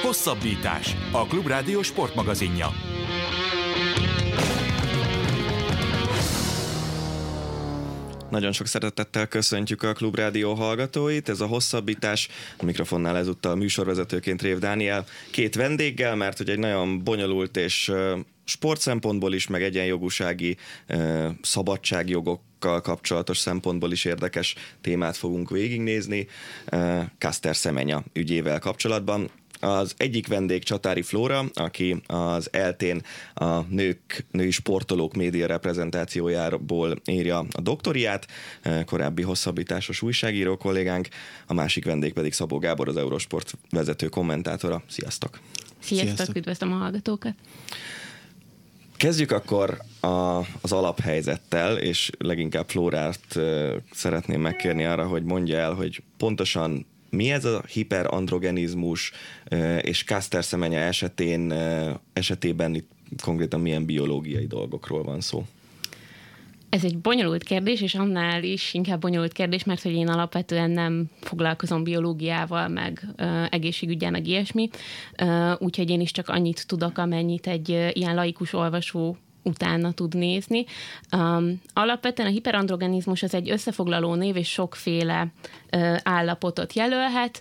Hosszabbítás, a Klubrádió sportmagazinja. Nagyon sok szeretettel köszöntjük a Klubrádió hallgatóit. Ez a Hosszabbítás, a mikrofonnál ezúttal műsorvezetőként Rév Dániel, két vendéggel, mert hogy egy nagyon bonyolult és sport szempontból is, meg egyenjogúsági szabadságjogokkal kapcsolatos szempontból is érdekes témát fogunk végignézni Caster Semenya ügyével kapcsolatban. Az egyik vendég Csatári Flóra, aki az ELTE-n a női sportolók média reprezentációjából írja a doktoriát, korábbi hosszabbításos újságíró kollégánk, a másik vendég pedig Szabó Gábor, az Eurosport vezető kommentátora. Sziasztok! Sziasztok, üdvözlöm a hallgatókat! Kezdjük akkor az alaphelyzettel, és leginkább Flórát szeretném megkérni arra, hogy mondja el, hogy pontosan mi ez a hiperandrogenizmus, és Caster Semenya esetében itt konkrétan milyen biológiai dolgokról van szó? Ez egy bonyolult kérdés, és annál is inkább bonyolult kérdés, mert hogy én alapvetően nem foglalkozom biológiával, meg egészségügyel, meg ilyesmi, úgyhogy én is csak annyit tudok, amennyit egy ilyen laikus olvasó utána tud nézni. Alapvetően a hiperandrogenizmus az egy összefoglaló név, és sokféle állapotot jelölhet,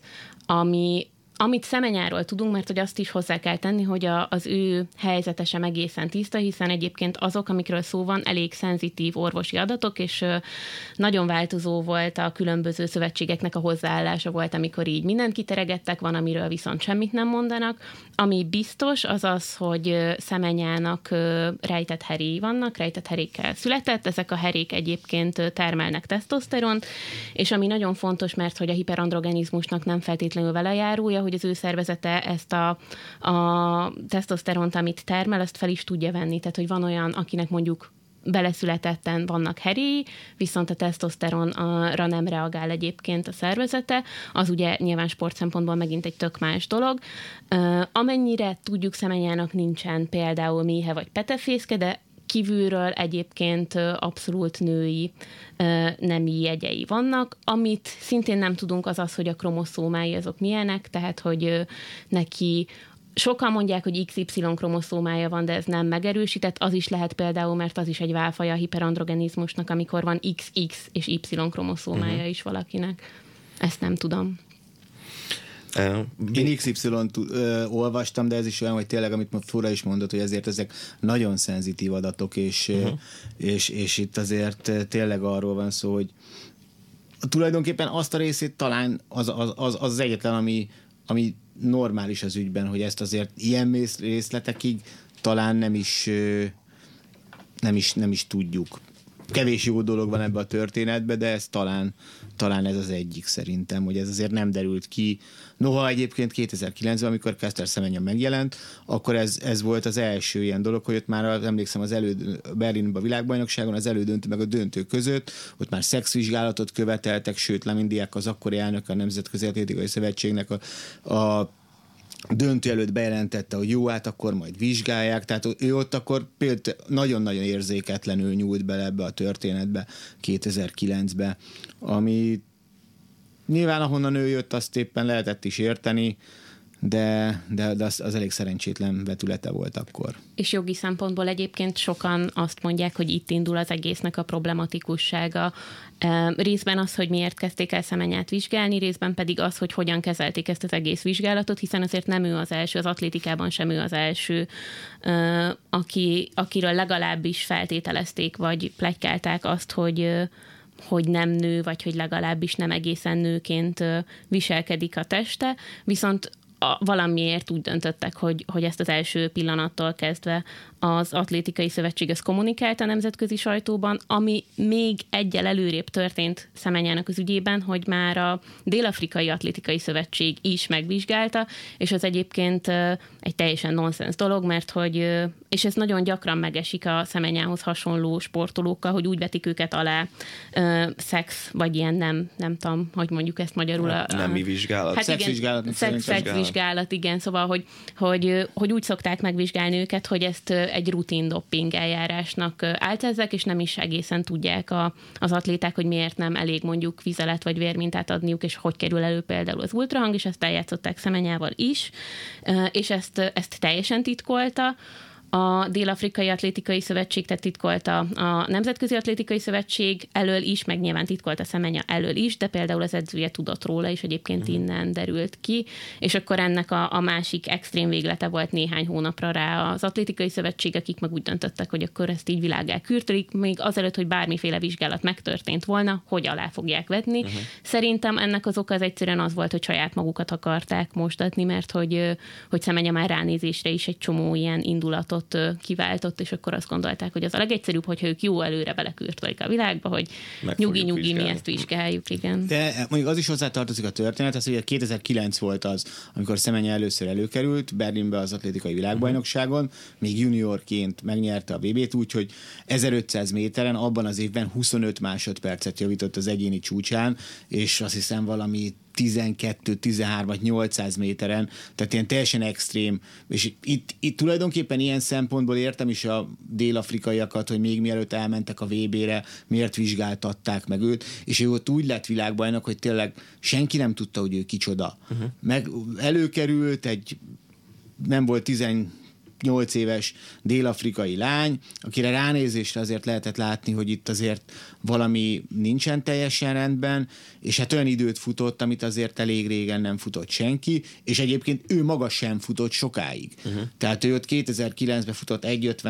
amit Semenyáról tudunk, mert hogy azt is hozzá kell tenni, hogy az ő helyzete sem egészen tiszta, hiszen egyébként azok, amikről szó van, elég szenzitív orvosi adatok, és nagyon változó volt a különböző szövetségeknek a hozzáállása volt, amikor így mindent kiteregettek, van, amiről viszont semmit nem mondanak. Ami biztos, az az, hogy Semenyának rejtett heréi vannak, rejtett herékkel született, ezek a herék egyébként termelnek tesztoszteront, és ami nagyon fontos, mert hogy a hiperandrogenizmusnak nem feltétlenül vele járulja, hogy az ő szervezete ezt a tesztoszteront, amit termel, azt fel is tudja venni. Tehát, hogy van olyan, akinek mondjuk beleszületetten vannak heréi, viszont a tesztoszteronra nem reagál egyébként a szervezete, az ugye nyilván sport szempontból megint egy tök más dolog. Amennyire tudjuk, Semenyának nincsen például méhe vagy petefészke, de kívülről egyébként abszolút női nemi jegyei vannak. Amit szintén nem tudunk, az az, hogy a kromoszómái azok milyenek, tehát hogy neki sokan mondják, hogy XY kromoszómája van, de ez nem megerősített. Az is lehet például, mert az is egy válfaja a hiperandrogenizmusnak, amikor van XX és Y kromoszómája is valakinek. Ezt nem tudom. Én XY-t olvastam, de ez is olyan, hogy tényleg, amit Flóra is mondott, hogy ezért ezek nagyon szenzitív adatok, és itt azért tényleg arról van szó, hogy tulajdonképpen azt a részét talán az egyetlen, ami normális az ügyben, hogy ezt azért ilyen részletekig talán nem is tudjuk. Kevés jó dolog van ebbe a történetbe, de ez talán ez az egyik szerintem, hogy ez azért nem derült ki. Noha egyébként 2009-ben, amikor Caster Semenya megjelent, akkor ez volt az első ilyen dolog, hogy ott már emlékszem Berlinben a világbajnokságon az elődöntő meg a döntő között, ott már szexvizsgálatot követeltek, sőt Lamindiák az akkori elnök a Nemzetközi Atlétikai Szövetségnek a döntő előtt bejelentette, hogy jó, hát akkor majd vizsgálják, tehát ő ott akkor például nagyon-nagyon érzéketlenül nyúlt bele ebbe a történetbe 2009-be, ami nyilván ahonnan ő jött, azt éppen lehetett is érteni, de az elég szerencsétlen vetülete volt akkor. És jogi szempontból egyébként sokan azt mondják, hogy itt indul az egésznek a problematikussága. Részben az, hogy miért kezdték el Semenyát vizsgálni, részben pedig az, hogy hogyan kezelték ezt az egész vizsgálatot, hiszen azért nem ő az első, az atlétikában sem ő az első, akiről legalábbis feltételezték, vagy pletykálták azt, hogy nem nő, vagy hogy legalábbis nem egészen nőként viselkedik a teste, viszont valamiért úgy döntöttek, hogy ezt az első pillanattól kezdve az Atlétikai Szövetség ezt kommunikálta a nemzetközi sajtóban, ami még egyel előrébb történt Semenyának az ügyében, hogy már a Dél-Afrikai Atlétikai Szövetség is megvizsgálta, és az egyébként egy teljesen nonsens dolog, mert hogy, és ez nagyon gyakran megesik a Semenyához hasonló sportolókkal, hogy úgy vetik őket alá szex, vagy ilyen nem tudom, hogy mondjuk ezt magyarul. Nemi vizsgálat. Hát Szexvizsgálat. vizsgálat, igen, szóval, hogy úgy szokták megvizsgálni őket, hogy ezt egy rutin dopping eljárásnak álcázzák, és nem is egészen tudják az atléták, hogy miért nem elég mondjuk vizelet vagy vérmintát adniuk, és hogy kerül elő például az ultrahang, és ezt eljátszották Semenyával is, és ezt teljesen titkolta. A Dél-Afrikai Atlétikai Szövetség, tehát titkolta a Nemzetközi Atlétikai Szövetség elől is, meg nyilván titkolta Semenya elől is, de például az edzője tudott róla, és egyébként innen derült ki, és akkor ennek a másik extrém véglete volt néhány hónapra rá az Atlétikai Szövetség, akik meg úgy döntöttek, hogy akkor ezt így világgá kürtölik, még azelőtt, hogy bármiféle vizsgálat megtörtént volna, hogy alá fogják vetni. Szerintem ennek az oka az egyszerűen az volt, hogy saját magukat akarták mostatni, mert hogy Semenya már ránézésre is egy csomó ilyen indulatot kiváltott, és akkor azt gondolták, hogy az a legegyszerűbb, hogyha ők jó előre belekürtölik a világba, hogy nyugi-nyugi, mi ezt vizsgáljuk, igen. De mondjuk az is hozzátartozik a történethez, hogy 2009 volt az, amikor Semenya először előkerült Berlinbe az atlétikai világbajnokságon, még juniorként megnyerte a VB-t, úgyhogy 1500 méteren abban az évben 25 másodpercet javított az egyéni csúcsán, és azt hiszem valami 12-13 800 méteren, tehát ilyen teljesen extrém, és itt tulajdonképpen ilyen szempontból értem is a dél-afrikaiakat, hogy még mielőtt elmentek a VB-re, miért vizsgáltatták meg őt, és ő ott úgy lett világbajnok, hogy tényleg senki nem tudta, hogy ő kicsoda. Meg előkerült nem volt 18 éves dél-afrikai lány, akire ránézésre azért lehetett látni, hogy itt azért valami nincsen teljesen rendben, és hát olyan időt futott, amit azért elég régen nem futott senki, és egyébként ő maga sem futott sokáig. Tehát ő ott 2009-ben futott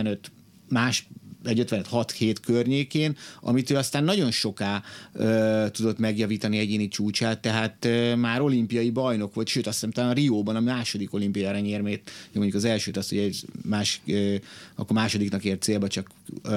1.55-6-7 környékén, amit ő aztán nagyon soká tudott megjavítani egyéni csúcsát, tehát már olimpiai bajnok volt, sőt azt hiszem talán Rióban a második olimpiai aranyérmét, mondjuk az elsőt azt ugye akkor másodiknak ért célba, csak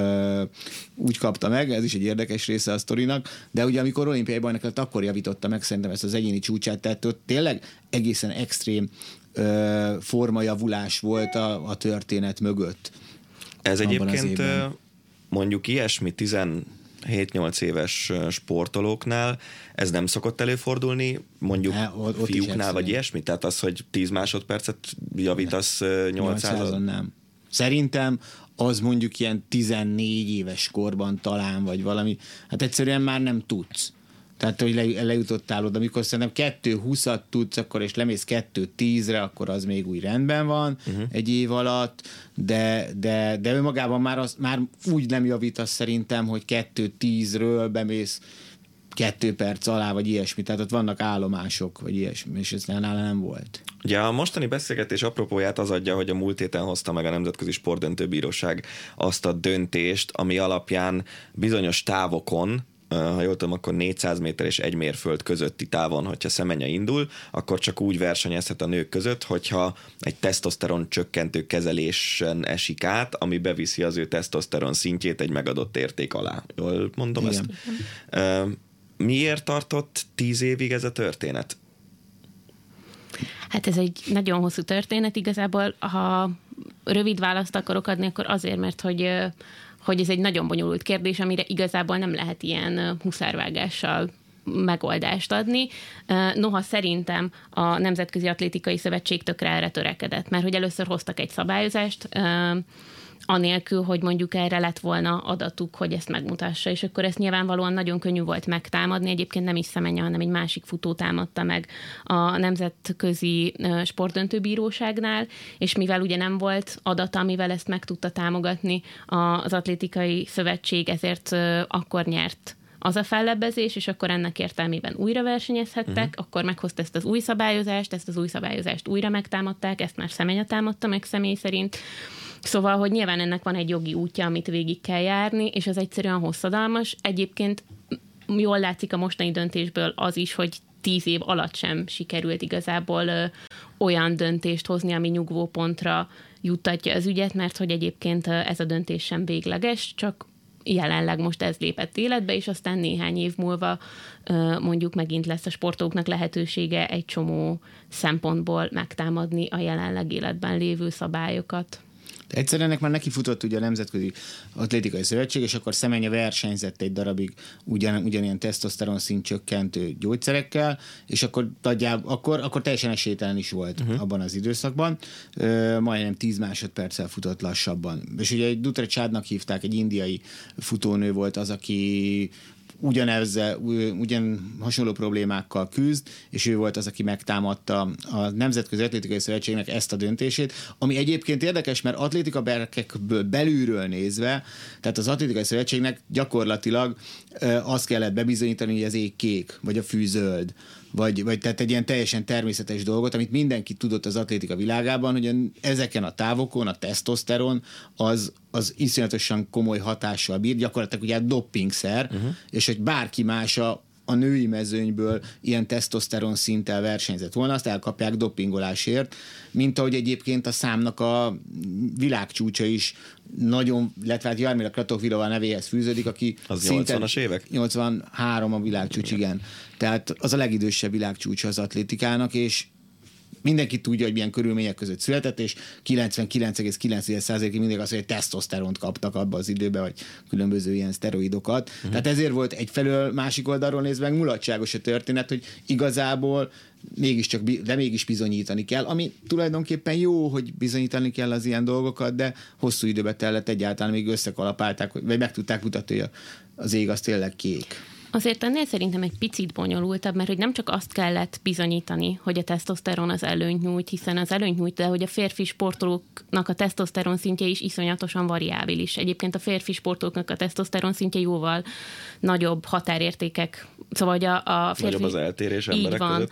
úgy kapta meg, ez is egy érdekes része a sztorinak, de ugye amikor olimpiai bajnok lett, akkor javította meg szerintem ezt az egyéni csúcsát, tehát ott tényleg egészen extrém formajavulás volt a történet mögött. Ez egyébként mondjuk ilyesmi 17-8 éves sportolóknál, ez nem szokott előfordulni, mondjuk fiúknál, vagy ilyesmi? Tehát az, hogy 10 másodpercet javítasz 800-on? Nem. Szerintem az mondjuk ilyen 14 éves korban talán, vagy valami, hát egyszerűen már nem tudsz. Tehát, hogy lejutottál oda, amikor szerintem 2.20-at tudsz, akkor és lemész 2.10-re, akkor az még úgy rendben van egy év alatt, de önmagában már úgy nem javítasz szerintem, hogy 2.10-ről bemész 2 perc alá, vagy ilyesmi. Tehát ott vannak állomások, vagy ilyesmi, és ez nála nem volt. Ugye a mostani beszélgetés apropóját az adja, hogy a múlt héten hozta meg a Nemzetközi Sportdöntőbíróság azt a döntést, ami alapján bizonyos távokon, ha jól tudom, akkor 400 méter és 1 mérföld közötti távon, hogyha Semenya indul, akkor csak úgy versenyezhet a nők között, hogyha egy tesztoszteron csökkentő kezelésen esik át, ami beviszi az ő tesztoszteron szintjét egy megadott érték alá. Jól mondom? Igen. Ezt? Miért tartott 10 évig ez a történet? Hát ez egy nagyon hosszú történet. Igazából, ha rövid választ akarok adni, akkor azért, mert hogy ez egy nagyon bonyolult kérdés, amire igazából nem lehet ilyen huszárvágással megoldást adni. Noha szerintem a Nemzetközi Atlétikai Szövetség tökre erre törekedett, mert hogy először hoztak egy szabályozást, anélkül, hogy mondjuk erre lett volna adatuk, hogy ezt megmutassa, és akkor ezt nyilvánvalóan nagyon könnyű volt megtámadni. Egyébként nem is Semenya, hanem egy másik futó támadta meg a Nemzetközi Sportdöntőbíróságnál, és mivel ugye nem volt adata, amivel ezt meg tudta támogatni az Atlétikai Szövetség, ezért akkor nyert az a fellebbezés, és akkor ennek értelmében újra versenyezhettek, akkor meghozta ezt az új szabályozást újra megtámadták, ezt már Semenya támadta meg személy szerint. Szóval, hogy nyilván ennek van egy jogi útja, amit végig kell járni, és az egyszerűen hosszadalmas. Egyébként jól látszik a mostani döntésből az is, hogy 10 év alatt sem sikerült igazából olyan döntést hozni, ami nyugvópontra juttatja az ügyet, mert hogy egyébként ez a döntés sem végleges, csak jelenleg most ez lépett életbe, és aztán néhány év múlva mondjuk megint lesz a sportolóknak lehetősége egy csomó szempontból megtámadni a jelenleg életben lévő szabályokat. Egyszerűen ennek már nekifutott ugye a Nemzetközi Atlétikai Szövetség, és akkor Semenya versenyzett egy darabig ugyanilyen tesztoszteron szint csökkentő gyógyszerekkel, és akkor teljesen esélytelen is volt abban az időszakban. Majdnem 10 másodperccel futott lassabban. És ugye egy Dutra Chadnak hívták, egy indiai futónő volt az, aki ugyan hasonló problémákkal küzd, és ő volt az, aki megtámadta a Nemzetközi Atlétikai Szövetségnek ezt a döntését, ami egyébként érdekes, mert atlétika berkekből belülről nézve, tehát az Atlétikai Szövetségnek gyakorlatilag azt kellett bebizonyítani, hogy az ég kék, vagy a fű zöld, vagy tehát egy ilyen teljesen természetes dolgot, amit mindenki tudott az atlétika világában, hogy ezeken a távokon a tesztoszteron az iszonyatosan komoly hatással bír, gyakorlatilag ugye doppingszer, és hogy bárki más a női mezőnyből ilyen tesztoszteron szinttel versenyzett volna, azt elkapják dopingolásért, mint ahogy egyébként a számnak a világcsúcsa is nagyon, illetve hát Jarmila Kratochvilova nevéhez fűződik, aki az 80-as évek? 83 a világcsúcs, igen. Tehát az a legidősebb világcsúcsa az atlétikának, és mindenki tudja, hogy milyen körülmények között született, és 99,9%-ig mindig az, hogy tesztoszteront kaptak abban az időben, vagy különböző ilyen szteroidokat. Tehát ezért volt egyfelől másik oldalról nézve meg mulatságos a történet, hogy igazából mégis bizonyítani kell, ami tulajdonképpen jó, hogy bizonyítani kell az ilyen dolgokat, de hosszú időbe tellett egyáltalán, még összekalapálták, vagy meg tudták mutatni, hogy az ég az tényleg kék. Azért ennél szerintem egy picit bonyolultabb, mert hogy nem csak azt kellett bizonyítani, hogy a tesztoszteron az előnyt nyújt, hiszen az előnyt nyújt, de hogy a férfi sportolóknak a tesztoszteron szintje is iszonyatosan variábilis. Egyébként a férfi sportolóknak a tesztoszteron szintje jóval nagyobb határértékek, szóval hogy a férfi... Nagyobb az eltérés emberek között.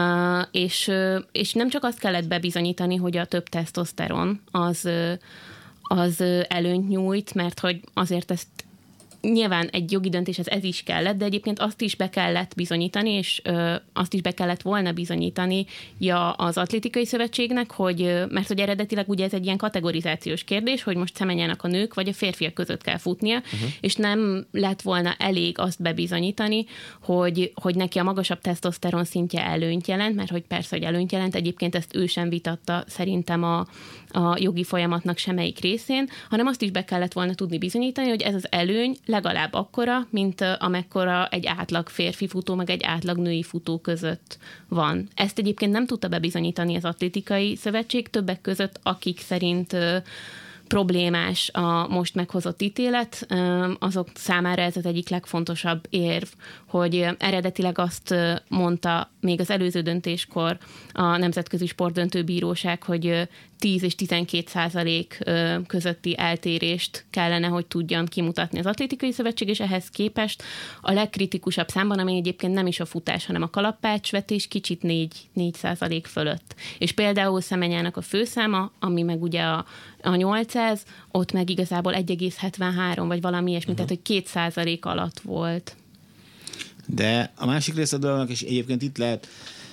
És nem csak azt kellett bebizonyítani, hogy a több tesztoszteron az előnyt nyújt, mert hogy azért ezt nyilván egy jogi döntéshez ez is kellett, de egyébként azt is be kellett bizonyítani, és azt is be kellett volna bizonyítani az Atlétikai Szövetségnek, mert hogy eredetileg ugye ez egy ilyen kategorizációs kérdés, hogy most Semenyának a nők vagy a férfiak között kell futnia, és nem lett volna elég azt bebizonyítani, hogy neki a magasabb tesztoszteron szintje előnyt jelent, mert hogy persze, hogy előnyt jelent, egyébként ezt ő sem vitatta szerintem a jogi folyamatnak semmelyik részén, hanem azt is be kellett volna tudni bizonyítani, hogy ez az előny legalább akkora, mint amekkora egy átlag férfi futó, meg egy átlag női futó között van. Ezt egyébként nem tudta bebizonyítani az Atlétikai Szövetség, többek között, akik szerint problémás a most meghozott ítélet, azok számára ez az egyik legfontosabb érv, hogy eredetileg azt mondta még az előző döntéskor a Nemzetközi Sportdöntőbíróság, hogy 10 és 12% közötti eltérést kellene, hogy tudjon kimutatni az Atlétikai Szövetség, és ehhez képest a legkritikusabb számban, ami egyébként nem is a futás, hanem a kalapácsvetés, kicsit 4% fölött. És például Semenyának a főszáma, ami meg ugye a 800, ott meg igazából 1,73 vagy valami ilyesmi, tehát hogy 2% alatt volt. De a másik rész a dolognak, és egyébként itt lehet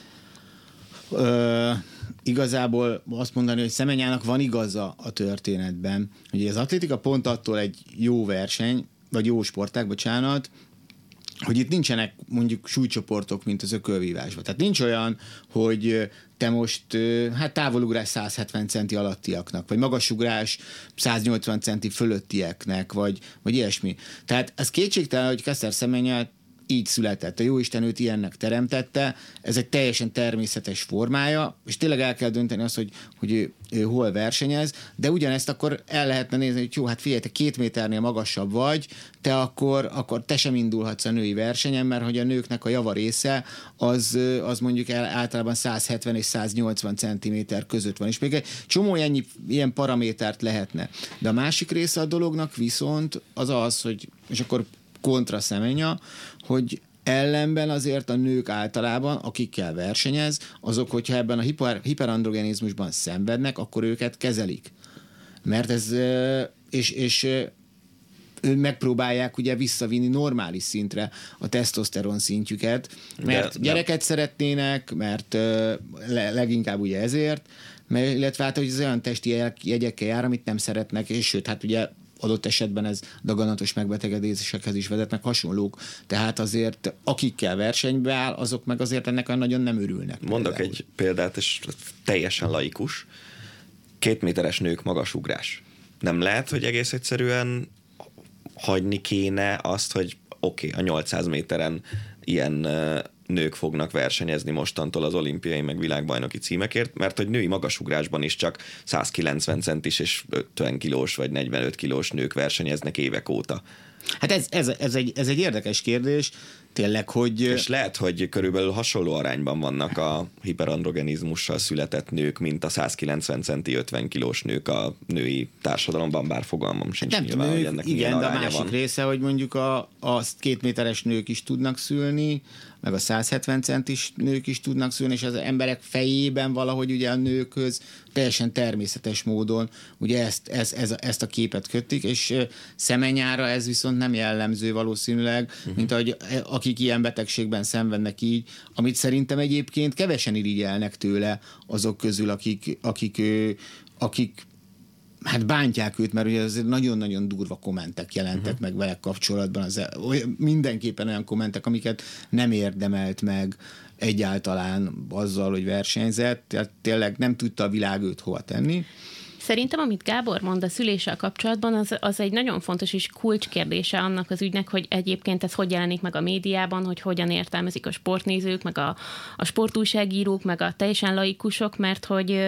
igazából azt mondani, hogy Semenyának van igaza a történetben, hogy az atlétika pont attól egy jó verseny, vagy jó sportág, bocsánat, hogy itt nincsenek mondjuk súlycsoportok, mint az ökölvívásban. Tehát nincs olyan, hogy te most távolugrás 170 centi alattiaknak, vagy magasugrás 180 centi fölöttieknek, vagy ilyesmi. Tehát ez kétségtelen, hogy Caster Semenya így született. A Jóisten őt ilyennek teremtette, ez egy teljesen természetes formája, és tényleg el kell dönteni azt, hogy ő hol versenyez, de ugyanezt akkor el lehetne nézni, hogy jó, hát figyelj, te 2 méternél magasabb vagy, te akkor te sem indulhatsz a női versenyen, mert hogy a nőknek a java része az mondjuk általában 170 és 180 centiméter között van, és még egy csomó ilyen paramétert lehetne. De a másik része a dolognak viszont az, hogy, és akkor kontra Semenya, hogy ellenben azért a nők általában, akikkel versenyez, azok, hogyha ebben a hiperandrogenizmusban szenvednek, akkor őket kezelik. Mert ez, és megpróbálják ugye visszavinni normális szintre a tesztoszteron szintjüket, mert gyereket szeretnének, mert leginkább ugye ezért, illetve hát, hogy az olyan testi jegyekkel jár, amit nem szeretnek, és sőt, hát ugye adott esetben ez daganatos megbetegedésekhez is vezetnek, hasonlók. Tehát azért akikkel versenybe áll, azok meg azért ennek nagyon nem örülnek. Mondok egy példát, és teljesen laikus. 2 méteres nők magasugrás. nem lehet, hogy egész egyszerűen hagyni kéne azt, hogy oké, a 800 méteren ilyen nők fognak versenyezni mostantól az olimpiai meg világbajnoki címekért, mert hogy női magasugrásban is csak 190 centis és 50 kilós vagy 45 kilós nők versenyeznek évek óta. Hát ez egy érdekes kérdés, tényleg, hogy... És lehet, hogy körülbelül hasonló arányban vannak a hiperandrogenizmussal született nők, mint a 190 centi 50 kilós nők a női társadalomban, bár fogalmam sincs nem nyilván, hogy ennek igen, de a aránya másik van. része, hogy mondjuk a 2 méteres nők is tudnak szülni, meg a 170 centis nők is tudnak szülni, és az emberek fejében valahogy ugye a nőkhöz teljesen természetes módon ugye ezt a képet kötik, és Szemenyára ez viszont nem jellemző valószínűleg, mint ahogy akik ilyen betegségben szenvednek így, amit szerintem egyébként kevesen irigyelnek tőle azok közül, akik hát bántják őt, mert ugye azért nagyon-nagyon durva kommentek jelentek meg vele kapcsolatban. Mindenképpen olyan kommentek, amiket nem érdemelt meg egyáltalán azzal, hogy versenyzett, tehát tényleg nem tudta a világ őt hova tenni. Szerintem, amit Gábor mond a szüléssel kapcsolatban, az egy nagyon fontos és kulcskérdése annak az ügynek, hogy egyébként ez hogy jelenik meg a médiában, hogy hogyan értelmezik a sportnézők, meg a sportújságírók, meg a teljesen laikusok, mert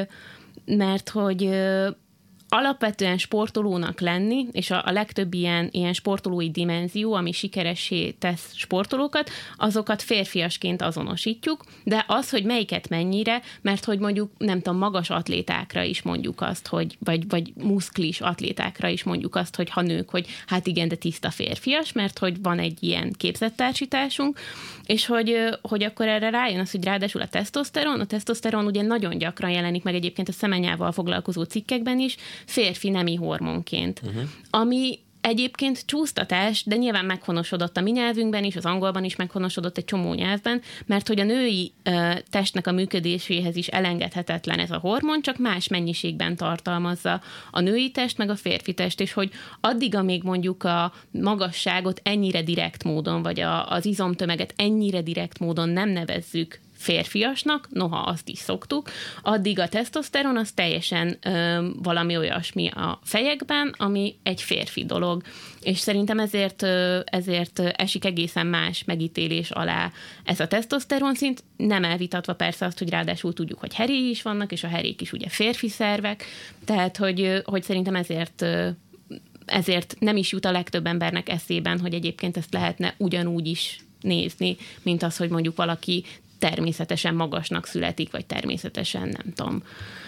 hogy alapvetően sportolónak lenni, és a legtöbb ilyen sportolói dimenzió, ami sikeressé tesz sportolókat, azokat férfiasként azonosítjuk, de az, hogy melyiket mennyire, mert hogy mondjuk, nem tudom, magas atlétákra is mondjuk azt, hogy, vagy muszklis atlétákra is mondjuk azt, hogy ha nők, hogy hát igen, de tiszta férfias, mert hogy van egy ilyen képzettársításunk, és hogy akkor erre rájön az, hogy ráadásul a tesztoszteron ugye nagyon gyakran jelenik meg egyébként a szemenyával foglalkozó cikkekben is, férfi nemi hormonként, ami egyébként csúsztatás, de nyilván meghonosodott a mi nyelvünkben is, az angolban is meghonosodott egy csomó nyelvben, mert hogy a női testnek a működéséhez is elengedhetetlen ez a hormon, csak más mennyiségben tartalmazza a női test, meg a férfi test, és hogy addig, amíg mondjuk a magasságot ennyire direkt módon, vagy az izomtömeget ennyire direkt módon nem nevezzük férfiasnak, noha azt is szoktuk, addig a tesztoszteron az teljesen valami olyasmi a fejekben, ami egy férfi dolog. És szerintem ezért esik egészen más megítélés alá ez a tesztoszteron szint, nem elvitatva persze azt, hogy ráadásul tudjuk, hogy heréi is vannak, és a herék is ugye férfi szervek, tehát hogy szerintem ezért nem is jut a legtöbb embernek eszében, hogy egyébként ezt lehetne ugyanúgy is nézni, mint az, hogy mondjuk valaki természetesen magasnak születik, vagy természetesen, nem tudom,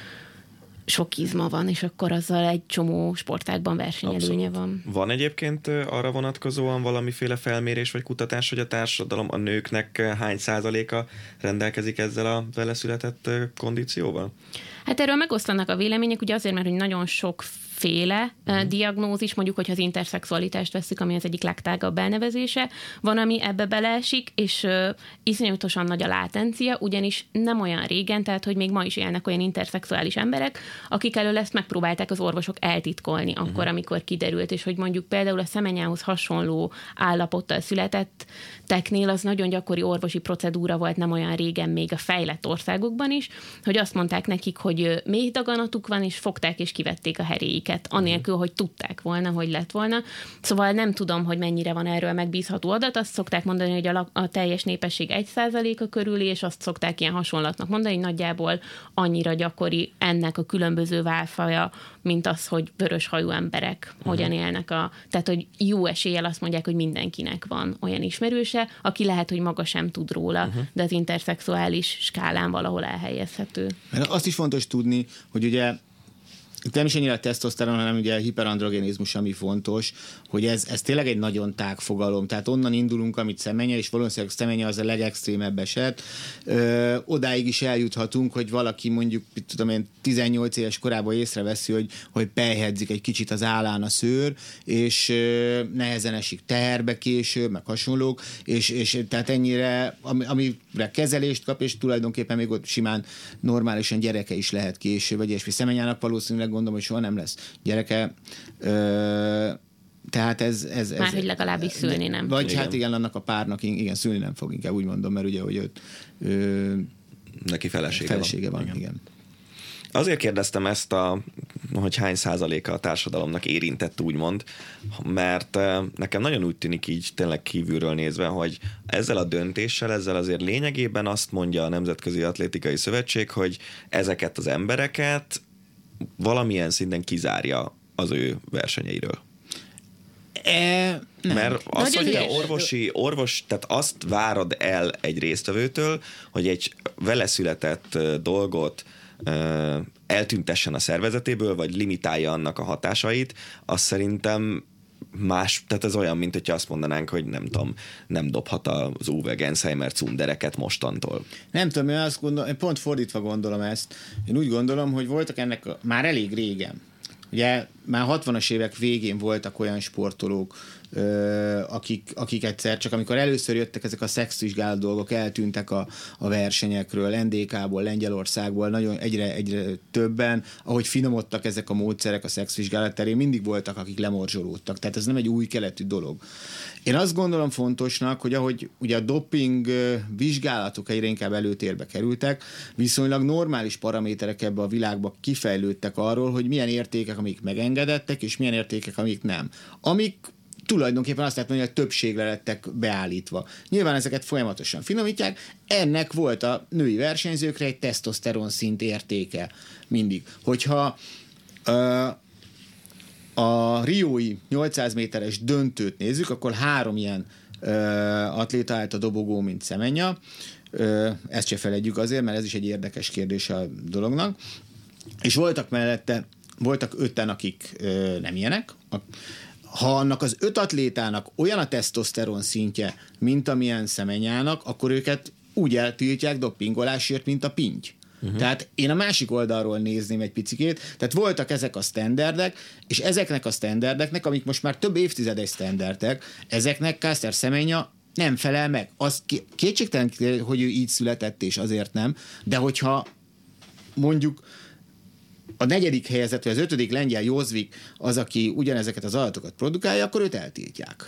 sok izma van, és akkor azzal egy csomó sportágban versenyelőnye van. Van egyébként arra vonatkozóan valamiféle felmérés vagy kutatás, hogy a társadalom a nőknek hány százaléka rendelkezik ezzel a vele született kondícióval? Hát erről megosztanak a vélemények, ugye azért, mert hogy nagyon sokféle diagnózis, mondjuk, hogyha az interszexualitást vesszük, ami az egyik legtágabb elnevezése, van, ami ebbe beleesik, és iszonyatosan nagy a látencia, ugyanis nem olyan régen, tehát, hogy még ma is élnek olyan interszexuális emberek, akik elől ezt megpróbálták az orvosok eltitkolni akkor, amikor kiderült, és hogy mondjuk például a szemenyához hasonló állapottal születetteknél az nagyon gyakori orvosi procedúra volt nem olyan régen még a fejlett országokban is, hogy azt mondták nekik, hogy mély daganatuk van, és fogták és kivették a heréiket, anélkül, hogy tudták volna, hogy lett volna. Szóval nem tudom, hogy mennyire van erről megbízható adat. Azt szokták mondani, hogy a teljes népesség 1%-a körüli, és azt szokták ilyen hasonlatnak mondani, hogy nagyjából annyira gyakori ennek a különböző válfaja, mint az, hogy vöröshajú emberek hogyan élnek. Tehát, hogy jó eséllyel azt mondják, hogy mindenkinek van olyan ismerőse, aki lehet, hogy maga sem tud róla, de az interszexuális skálán valahol elhelyezhető. Azt is fontos tudni, hogy ugye itt nem is annyira a tesztoszteron, hanem ugye a hiperandrogenizmus, ami fontos, hogy ez tényleg egy nagyon tág fogalom. Tehát onnan indulunk, amit Szemenye, és valószínűleg Szemenye az a legextrémebb eset. Odáig is eljuthatunk, hogy valaki mondjuk, tudom én, 18 éves korában észreveszi, hogy pelyhedzik egy kicsit az állán a szőr, és nehezen esik teherbe később, meg hasonlók, és tehát ennyire, amire kezelést kap, és tulajdonképpen még ott simán normálisan gyereke is lehet később, vagy ilyesmi. Szemenyának valószínűleg gondolom, hogy soha nem lesz gyereke. Tehát ez már hogy legalábbis szülni nem. Vagy igen. Hát igen, annak a párnak igen, szülni nem fog, inkább úgy mondom, mert ugye, hogy őt neki felesége van. Igen. Azért kérdeztem ezt, hogy hány százaléka a társadalomnak érintett, úgymond, mert nekem nagyon úgy tűnik így tényleg kívülről nézve, hogy ezzel a döntéssel, ezzel azért lényegében azt mondja a Nemzetközi Atlétikai Szövetség, hogy ezeket az embereket valamilyen szinten kizárja az ő versenyeiről. Nem. Mert azt, hogy te ügyes. orvos, tehát azt várod el egy résztvevőtől, hogy egy vele született dolgot eltüntessen a szervezetéből, vagy limitálja annak a hatásait, azt szerintem más, tehát ez olyan, mint hogyha azt mondanánk, hogy nem tudom, nem dobhat az Uwe Gensheimer cundereket mostantól. Nem tudom, én azt gondolom, én pont fordítva gondolom ezt. Én úgy gondolom, hogy voltak ennek már elég régen. Ugye már 60-as évek végén voltak olyan sportolók, akik egyszer, csak amikor először jöttek ezek a szexvizsgálat dolgok, eltűntek a versenyekről, NDK-ból, Lengyelországból, nagyon egyre többen, ahogy finomodtak ezek a módszerek a szexvizsgálat terén, mindig voltak, akik lemorzsolódtak. Tehát ez nem egy új keletű dolog. Én azt gondolom fontosnak, hogy ahogy ugye a doping vizsgálatok egyre inkább előtérbe kerültek, viszonylag normális paraméterek ebbe a világba kifejlődtek arról, hogy milyen értékek, amik megengedettek, és milyen értékek, amik nem. Amik tulajdonképpen azt lehet mondani, hogy többségre lettek beállítva. Nyilván ezeket folyamatosan finomítják, ennek volt a női versenyzőkre egy tesztoszteron szint értéke mindig. Hogyha a riói 800 méteres döntőt nézzük, akkor 3 ilyen atléta állt a dobogó, mint Semenya. Ezt se felejtjük azért, mert ez is egy érdekes kérdés a dolognak. És voltak mellette, voltak 5-en, akik nem ilyenek. Ha annak az 5 atlétának olyan a tesztoszteron szintje, mint amilyen Semenyának, akkor őket úgy eltiltják dopingolásért, mint a pinty. Tehát én a másik oldalról nézném egy picikét, tehát voltak ezek a sztenderdek, és ezeknek a sztenderdeknek, amik most már több évtizedes sztenderdek, ezeknek Caster Semenya nem felel meg. Az kétségtelen, hogy ő így született, és azért nem, de hogyha mondjuk a 4. helyezett, vagy az 5. lengyel Józsvik az, aki ugyanezeket az adatokat produkálja, akkor őt eltiltják.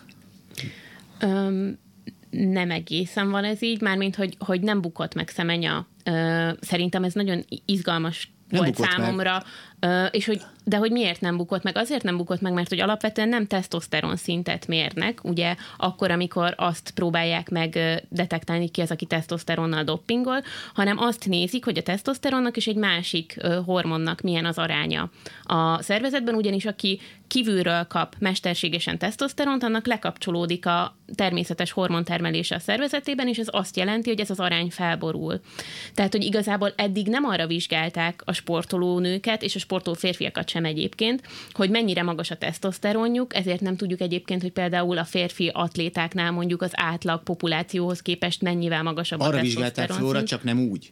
Nem egészen van ez így, mármint, hogy nem bukott meg Semenya. Szerintem ez nagyon izgalmas nem volt számomra, de hogy miért nem bukott meg? Azért nem bukott meg, mert hogy alapvetően nem tesztoszteron szintet mérnek, ugye akkor, amikor azt próbálják meg detektálni ki az, aki tesztoszteronnal doppingol, hanem azt nézik, hogy a tesztoszteronnak és egy másik hormonnak milyen az aránya a szervezetben, ugyanis aki kívülről kap mesterségesen tesztoszteront, annak lekapcsolódik a természetes hormontermelése a szervezetében, és ez azt jelenti, hogy ez az arány felborul. Tehát, hogy igazából eddig nem arra vizsgálták a sportolónőket és a sportoló férfiakat sem egyébként, hogy mennyire magas a tesztoszteronjuk, ezért nem tudjuk egyébként, hogy például a férfi atlétáknál mondjuk az átlag populációhoz képest mennyivel magasabb arra a tesztoszteron vizsgálták Flóra, csak nem úgy.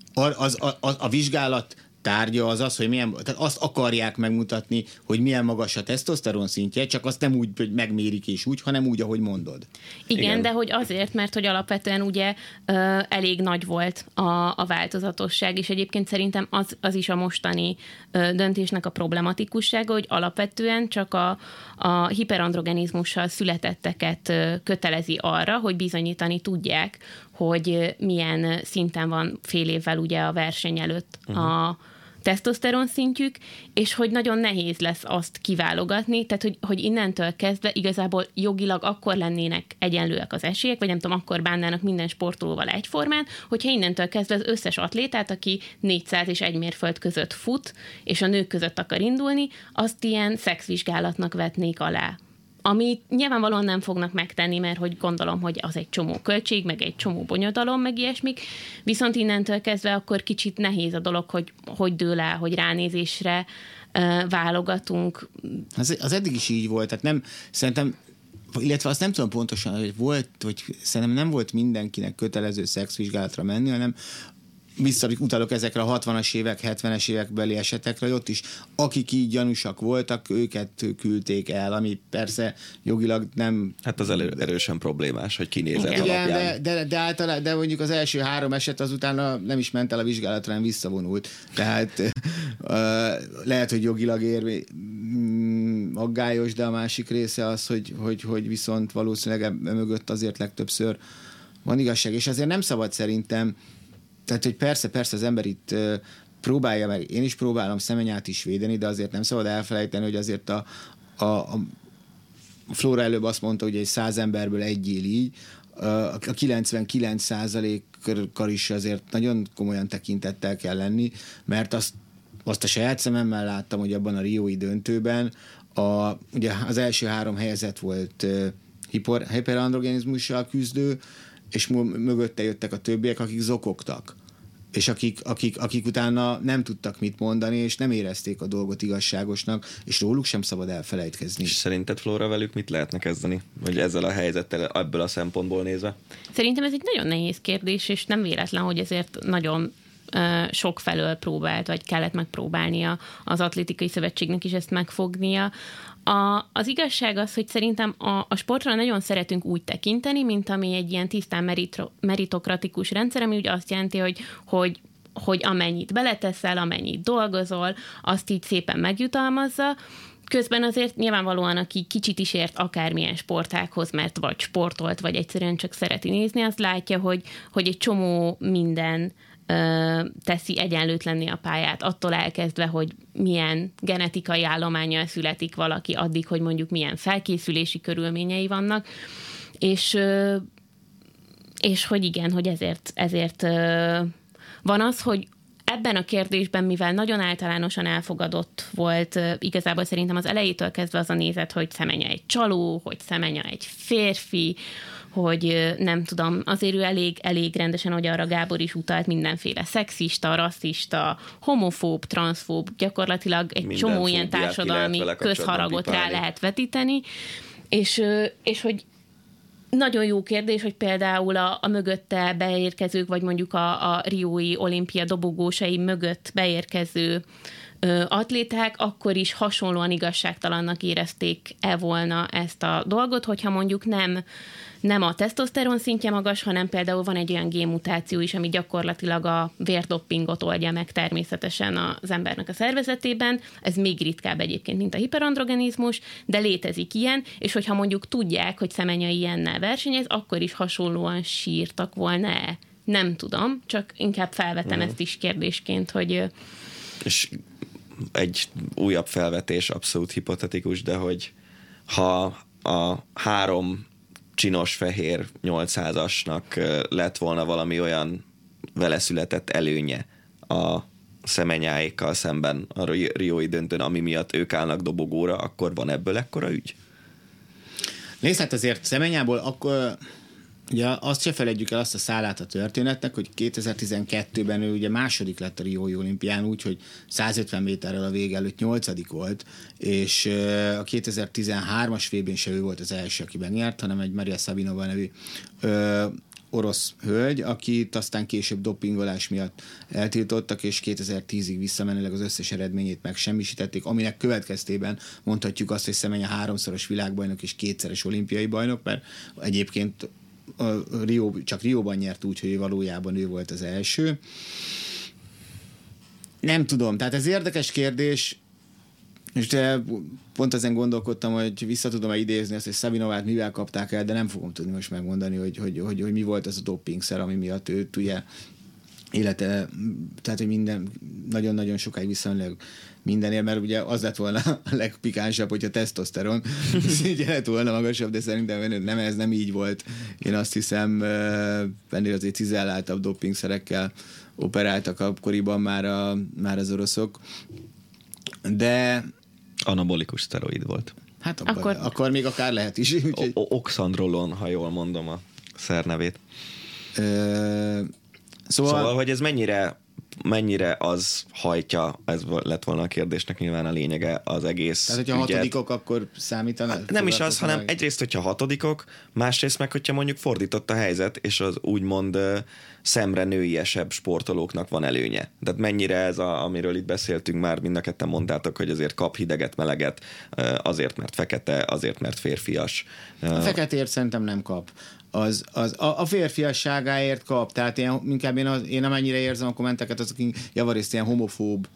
A vizsgálat tárgya az, hogy milyen, tehát azt akarják megmutatni, hogy milyen magas a tesztoszteron szintje, csak azt nem úgy, hogy megmérik és úgy, hanem úgy, ahogy mondod. Igen, de hogy azért, mert hogy alapvetően ugye elég nagy volt a változatosság, és egyébként szerintem az is a mostani döntésnek a problematikussága, hogy alapvetően csak a hiperandrogenizmussal születetteket kötelezi arra, hogy bizonyítani tudják, hogy milyen szinten van fél évvel ugye a verseny előtt a tesztoszteron szintjük, és hogy nagyon nehéz lesz azt kiválogatni, tehát hogy innentől kezdve igazából jogilag akkor lennének egyenlőek az esélyek, vagy nem tudom, akkor bánnának minden sportolóval egyformán, hogyha innentől kezdve az összes atlétát, aki 400 és 1 mérföld között fut, és a nők között akar indulni, azt ilyen szexvizsgálatnak vetnék alá. Amit nyilvánvalóan nem fognak megtenni, mert hogy gondolom, hogy az egy csomó költség, meg egy csomó bonyodalom, meg ilyesmik, viszont innentől kezdve akkor kicsit nehéz a dolog, hogy dől el, hogy ránézésre válogatunk. Az eddig is így volt, tehát nem, szerintem, illetve azt nem tudom pontosan, hogy volt, hogy szerintem nem volt mindenkinek kötelező szexvizsgálatra menni, hanem visszautalok ezekre a 60-as évek, 70-es évekbeli esetekre, hogy ott is akik így gyanúsak voltak, őket küldték el, ami persze jogilag nem... Hát az erősen problémás, hogy kinézett alapján. De mondjuk az első 3 eset azután nem is ment el a vizsgálatra, hanem visszavonult. Tehát lehet, hogy jogilag aggályos, de a másik része az, hogy viszont valószínűleg mögött azért legtöbbször van igazság. És azért nem szabad szerintem, tehát, hogy persze az ember itt próbálja meg, én is próbálom Szemenyát is védeni, de azért nem szabad elfelejteni, hogy azért a Flóra előbb azt mondta, hogy egy 100 emberből egy él így, a 99%-kal is azért nagyon komolyan tekintettel kell lenni, mert azt a saját szememmel láttam, hogy abban a riói döntőben ugye az első 3 helyezett volt hiperandrogenizmussal küzdő, és mögötte jöttek a többiek, akik zokogtak. És akik utána nem tudtak mit mondani, és nem érezték a dolgot igazságosnak, és róluk sem szabad elfelejtkezni. És szerinted, Flóra, velük mit lehetne kezdeni? Vagy ezzel a helyzettel ebből a szempontból nézve? Szerintem ez egy nagyon nehéz kérdés, és nem véletlen, hogy ezért nagyon sok felől próbált, vagy kellett megpróbálnia az atlétikai szövetségnek is ezt megfognia. Az igazság az, hogy szerintem a sportra nagyon szeretünk úgy tekinteni, mint ami egy ilyen tisztán meritokratikus rendszer, ami ugye azt jelenti, hogy amennyit beleteszel, amennyit dolgozol, azt így szépen megjutalmazza. Közben azért nyilvánvalóan, aki kicsit is ért akármilyen sportághoz, mert vagy sportolt, vagy egyszerűen csak szereti nézni, azt látja, hogy egy csomó minden teszi egyenlőtlenné a pályát, attól elkezdve, hogy milyen genetikai állománnyal születik valaki, addig, hogy mondjuk milyen felkészülési körülményei vannak, és hogy igen, hogy ezért van az, hogy ebben a kérdésben, mivel nagyon általánosan elfogadott volt, igazából szerintem az elejétől kezdve az a nézet, hogy Szemenya egy csaló, hogy Szemenya egy férfi, hogy nem tudom, azért ő elég rendesen, hogy arra Gábor is utalt, mindenféle szexista, rasszista, homofób, transzfób, gyakorlatilag egy minden csomó ilyen társadalmi közharagot rá lehet vetíteni, és hogy nagyon jó kérdés, hogy például a mögötte beérkezők, vagy mondjuk a riói olimpia dobogósai mögött beérkező atléták akkor is hasonlóan igazságtalannak érezték-e volna ezt a dolgot, hogyha mondjuk nem a tesztoszteron szintje magas, hanem például van egy olyan génmutáció is, ami gyakorlatilag a vérdoppingot oldja meg természetesen az embernek a szervezetében. Ez még ritkább egyébként, mint a hiperandrogenizmus, de létezik ilyen, és hogyha mondjuk tudják, hogy Szemenya ilyennel versenyez, akkor is hasonlóan sírtak volna-e? Nem tudom, csak inkább felvetem ezt is kérdésként, hogy... És egy újabb felvetés, abszolút hipotetikus, de hogy ha a 3 csinos fehér 800-asnak lett volna valami olyan vele született előnye a Szemenyáékkal szemben a riói döntőn, ami miatt ők állnak dobogóra, akkor van ebből ekkora ügy? Nézd, hát azért Szemenyából akkor... Ugye azt se feledjük el azt a szálát a történetnek, hogy 2012-ben ő ugye második lett a riói olimpián, úgyhogy 150 méterrel a vége előtt 8. volt, és a 2013-as VB-n se ő volt az első, akiben nyert, hanem egy Maria Sabinova nevű orosz hölgy, akit aztán később dopingolás miatt eltiltottak, és 2010-ig visszamenőleg az összes eredményét megsemmisítették, aminek következtében mondhatjuk azt, hogy Szemenya 3-szoros világbajnok és 2-szeres olimpiai bajnok, mert egyébként csak Rióban nyert úgy, hogy valójában ő volt az első. Nem tudom, tehát ez érdekes kérdés, és pont ezen gondolkodtam, hogy vissza tudom-e idézni azt, hogy Sabinovát mivel kapták el, de nem fogom tudni most megmondani, hogy mi volt ez a dopingszer, ami miatt őt ugye élete, tehát hogy minden, nagyon-nagyon sokáig viszonylag mindenért, mert ugye az lett volna a legpikánsabb, hogyha tesztoszteron szintje lett volna magasabb, de szerintem nem, ez nem így volt. Én azt hiszem, ennél azért cizelláltabb dopingszerekkel operáltak akkoriban már az oroszok. De... Anabolikus szteroid volt. Hát akkor még akár lehet is. Oxandrolon, ha jól mondom a szernevét. Szóval, hogy ez mennyire az hajtja, ez lett volna a kérdésnek nyilván a lényege az egész. Tehát, hogyha ügyet. Hatodikok, akkor számítanak? Hát nem is az, hanem egyrészt, hogyha hatodikok, másrészt meg, hogyha mondjuk fordított a helyzet, és az úgymond szemre nőiesebb sportolóknak van előnye. Tehát mennyire ez, amiről itt beszéltünk már, mind a ketten mondtátok, hogy azért kap hideget, meleget, azért, mert fekete, azért, mert férfias. A feketért szerintem nem kap. A férfiasságáért kap, tehát inkább én amennyire érzem a kommenteket, azok javarészt ilyen homofób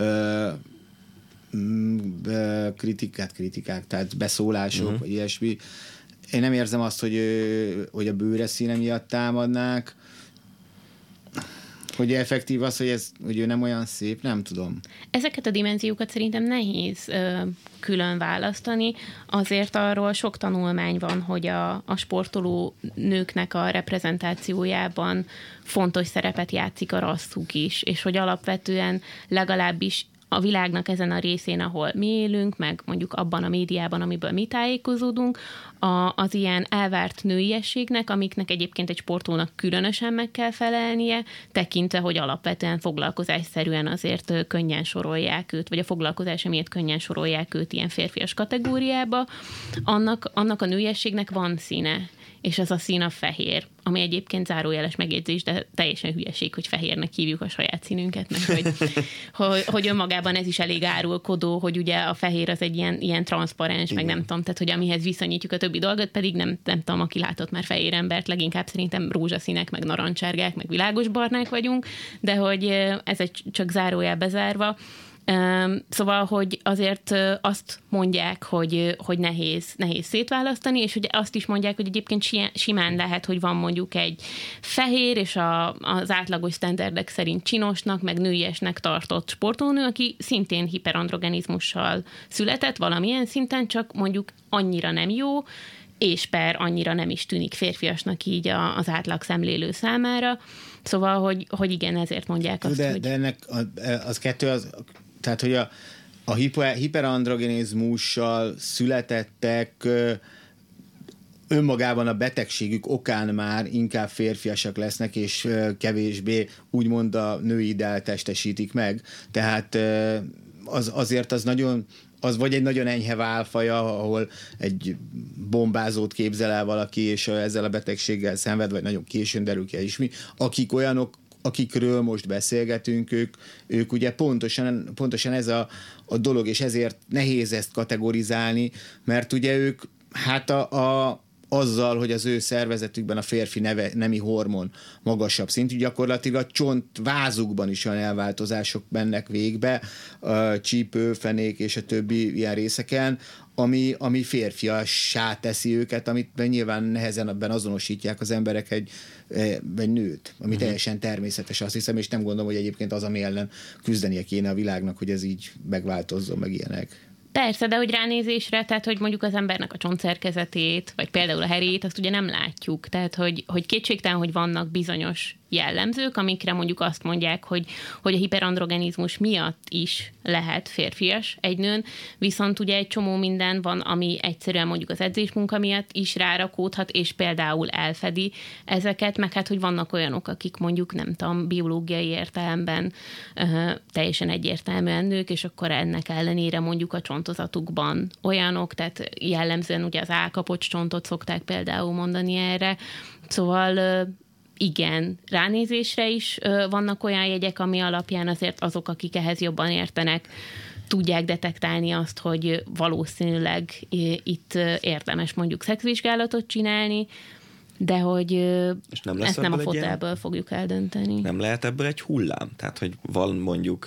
kritikák, tehát beszólások, vagy ilyesmi. Én nem érzem azt, hogy a bőre színe miatt támadnák. Hogy effektív az, hogy ő nem olyan szép, nem tudom. Ezeket a dimenziókat szerintem nehéz külön választani. Azért arról sok tanulmány van, hogy a sportoló nőknek a reprezentációjában fontos szerepet játszik a rasszuk is, és hogy alapvetően legalábbis a világnak ezen a részén, ahol mi élünk, meg mondjuk abban a médiában, amiből mi tájékozódunk, az ilyen elvárt nőiességnek, amiknek egyébként egy sportolónak különösen meg kell felelnie, tekintve, hogy alapvetően foglalkozásszerűen azért könnyen sorolják őt, vagy a foglalkozása miatt könnyen sorolják őt ilyen férfias kategóriába, annak a nőiességnek van színe, és az a szín a fehér, ami egyébként zárójeles megjegyzés, de teljesen hülyeség, hogy fehérnek hívjuk a saját színünket, meg hogy önmagában ez is elég árulkodó, hogy ugye a fehér az egy ilyen transzparens, meg nem tudom, tehát hogy amihez viszonyítjuk a többi dolgot, pedig nem tudom, aki látott már fehér embert, leginkább szerintem rózsaszínek, meg narancsárgák, meg világosbarnák vagyunk, de hogy ez egy csak zárójel bezárva. Szóval, hogy azért azt mondják, hogy nehéz szétválasztani, és hogy azt is mondják, hogy egyébként simán lehet, hogy van mondjuk egy fehér, és az átlagos sztenderdek szerint csinosnak, meg nőiesnek tartott sportolónő, aki szintén hiperandrogenizmussal született valamilyen szinten, csak mondjuk annyira nem jó, és annyira nem is tűnik férfiasnak így az átlag szemlélő számára. Szóval, hogy igen, ezért mondják azt, hogy... De ennek az kettő tehát, hogy a hiperandrogenizmussal születettek önmagában a betegségük okán már inkább férfiasak lesznek, és kevésbé úgymond a női ideált testesítik meg. Tehát azért az vagy egy nagyon enyhe válfaja, ahol egy bombázót képzel el valaki, és ezzel a betegséggel szenved, vagy nagyon későn derül ki is mi, akik olyanok, akikről most beszélgetünk, ők ugye pontosan ez a dolog, és ezért nehéz ezt kategorizálni, mert ugye ők hát azzal, hogy az ő szervezetükben a férfi nemi hormon magasabb szintű, gyakorlatilag a csontvázukban is olyan elváltozások mennek végbe, csípő, fenék és a többi ilyen részeken, ami férfiassá teszi őket, amit nyilván nehezen abban azonosítják az emberek egy nőt, ami teljesen természetes, azt hiszem, és nem gondolom, hogy egyébként az, ami ellen küzdenie kéne a világnak, hogy ez így megváltozzon, meg ilyenek. Persze, de hogy ránézésre, tehát hogy mondjuk az embernek a csontszerkezetét, vagy például a herét, azt ugye nem látjuk. Tehát, hogy kétségtelen, hogy vannak bizonyos jellemzők, amikre mondjuk azt mondják, hogy a hiperandrogenizmus miatt is lehet férfias egy nőn, viszont ugye egy csomó minden van, ami egyszerűen mondjuk az edzésmunka miatt is rárakódhat, és például elfedi ezeket, meg hát, hogy vannak olyanok, akik mondjuk nem tudom, biológiai értelemben teljesen egyértelműen nők, és akkor ennek ellenére mondjuk a csontozatukban olyanok, tehát jellemzően ugye az állkapocs csontot szokták például mondani erre, szóval igen, ránézésre is vannak olyan jegyek, ami alapján azért azok, akik ehhez jobban értenek, tudják detektálni azt, hogy valószínűleg itt érdemes mondjuk szexvizsgálatot csinálni, de hogy ezt nem a fotelből fogjuk eldönteni. Nem lehet ebből egy hullám? Tehát, hogy van mondjuk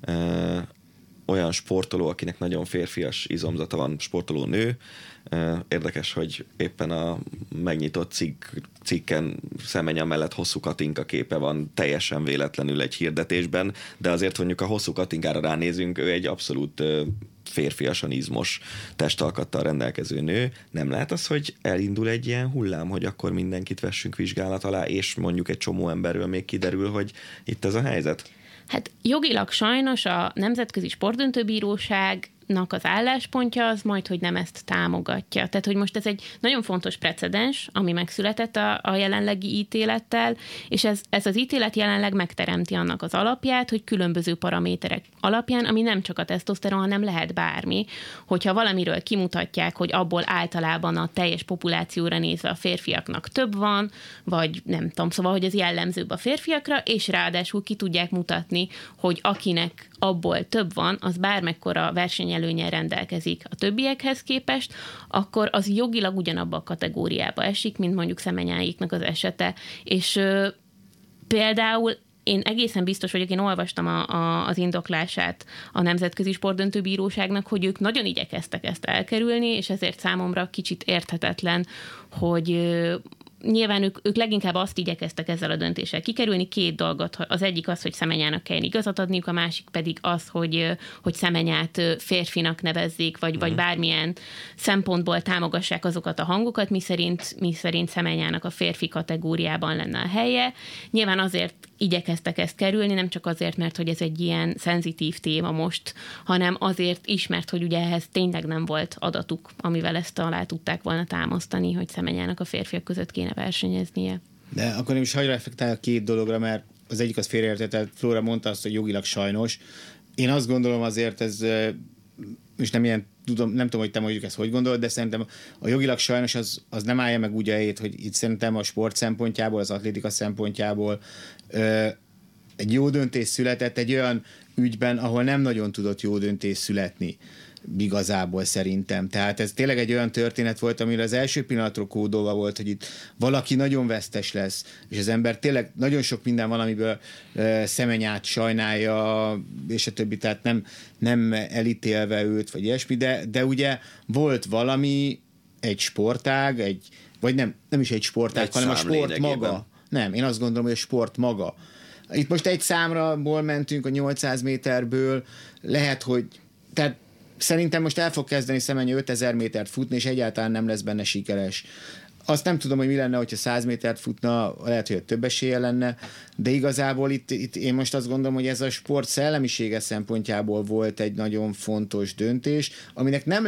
olyan sportoló, akinek nagyon férfias izomzata van, sportoló nő. Érdekes, hogy éppen a megnyitott cikken Szemenya mellett Hosszú Katinka képe van teljesen véletlenül egy hirdetésben, de azért mondjuk a Hosszú Katinkára ránézünk, ő egy abszolút férfiasan izmos testalkattal rendelkező nő. Nem lehet az, hogy elindul egy ilyen hullám, hogy akkor mindenkit vessünk vizsgálat alá, és mondjuk egy csomó emberről még kiderül, hogy itt ez a helyzet? Hát jogilag sajnos a Nemzetközi Sportdöntőbíróságnak az álláspontja az majd, hogy nem ezt támogatja. Tehát, hogy most ez egy nagyon fontos precedens, ami megszületett a jelenlegi ítélettel, és ez az ítélet jelenleg megteremti annak az alapját, hogy különböző paraméterek alapján, ami nem csak a tesztoszteron, hanem lehet bármi, hogyha valamiről kimutatják, hogy abból általában a teljes populációra nézve a férfiaknak több van, vagy nem tudom, szóval, hogy ez jellemzőbb a férfiakra, és ráadásul ki tudják mutatni, hogy akinek abból több van, az bármekkora versenyelőnnyel rendelkezik a többiekhez képest, akkor az jogilag ugyanabba a kategóriába esik, mint mondjuk Szemenyáiknak az esete. És például én egészen biztos vagyok, én olvastam az indoklását a Nemzetközi Sportdöntőbíróságnak, hogy ők nagyon igyekeztek ezt elkerülni, és ezért számomra kicsit érthetetlen, hogy nyilván ők leginkább azt igyekeztek ezzel a döntéssel kikerülni, 2 dolgot. Az egyik az, hogy Szemenyának kelljen igazat adniuk, a másik pedig az, hogy Szemenyát férfinak nevezzék, vagy bármilyen szempontból támogassák azokat a hangokat, mi szerint Szemenyának a férfi kategóriában lenne a helye. Nyilván azért igyekeztek ezt kerülni, nem csak azért, mert hogy ez egy ilyen szenzitív téma most, hanem azért is, mert hogy ugye ehhez tényleg nem volt adatuk, amivel ezt alá tudták volna támasztani, hogy Szemenyának a férfiak között kéne versenyeznie. De akkor én is hagyj reflektálok 2 dologra, mert az egyik az félreértett, tehát Flóra mondta azt, hogy jogilag sajnos. Én azt gondolom azért ez, és nem tudom, hogy te mondjuk ezt hogy gondolod, de szerintem a jogilag sajnos az nem állja meg úgy a helyét, hogy itt szerintem a sport szempontjából, az atlétika szempontjából egy jó döntés született egy olyan ügyben, ahol nem nagyon tudott jó döntés születni igazából szerintem. Tehát ez tényleg egy olyan történet volt, amire az első pillanatról kódolva volt, hogy itt valaki nagyon vesztes lesz, és az ember tényleg nagyon sok minden van, amiből Szemenyát sajnálja, és a többi, tehát nem elítélve őt, vagy ilyesmi, de ugye volt valami, egy sportág, vagy nem is egy sportág, egy hanem a sport lényegében. maga. Nem, én azt gondolom, hogy a sport maga. Itt most egy számraból mentünk a 800 méterből, lehet, hogy tehát szerintem most el fog kezdeni Szemenya 5000 métert futni, és egyáltalán nem lesz benne sikeres. Azt nem tudom, hogy mi lenne, hogyha 100 métert futna, lehet, hogy több esélye lenne, de igazából itt én most azt gondolom, hogy ez a sport szellemisége szempontjából volt egy nagyon fontos döntés, aminek nem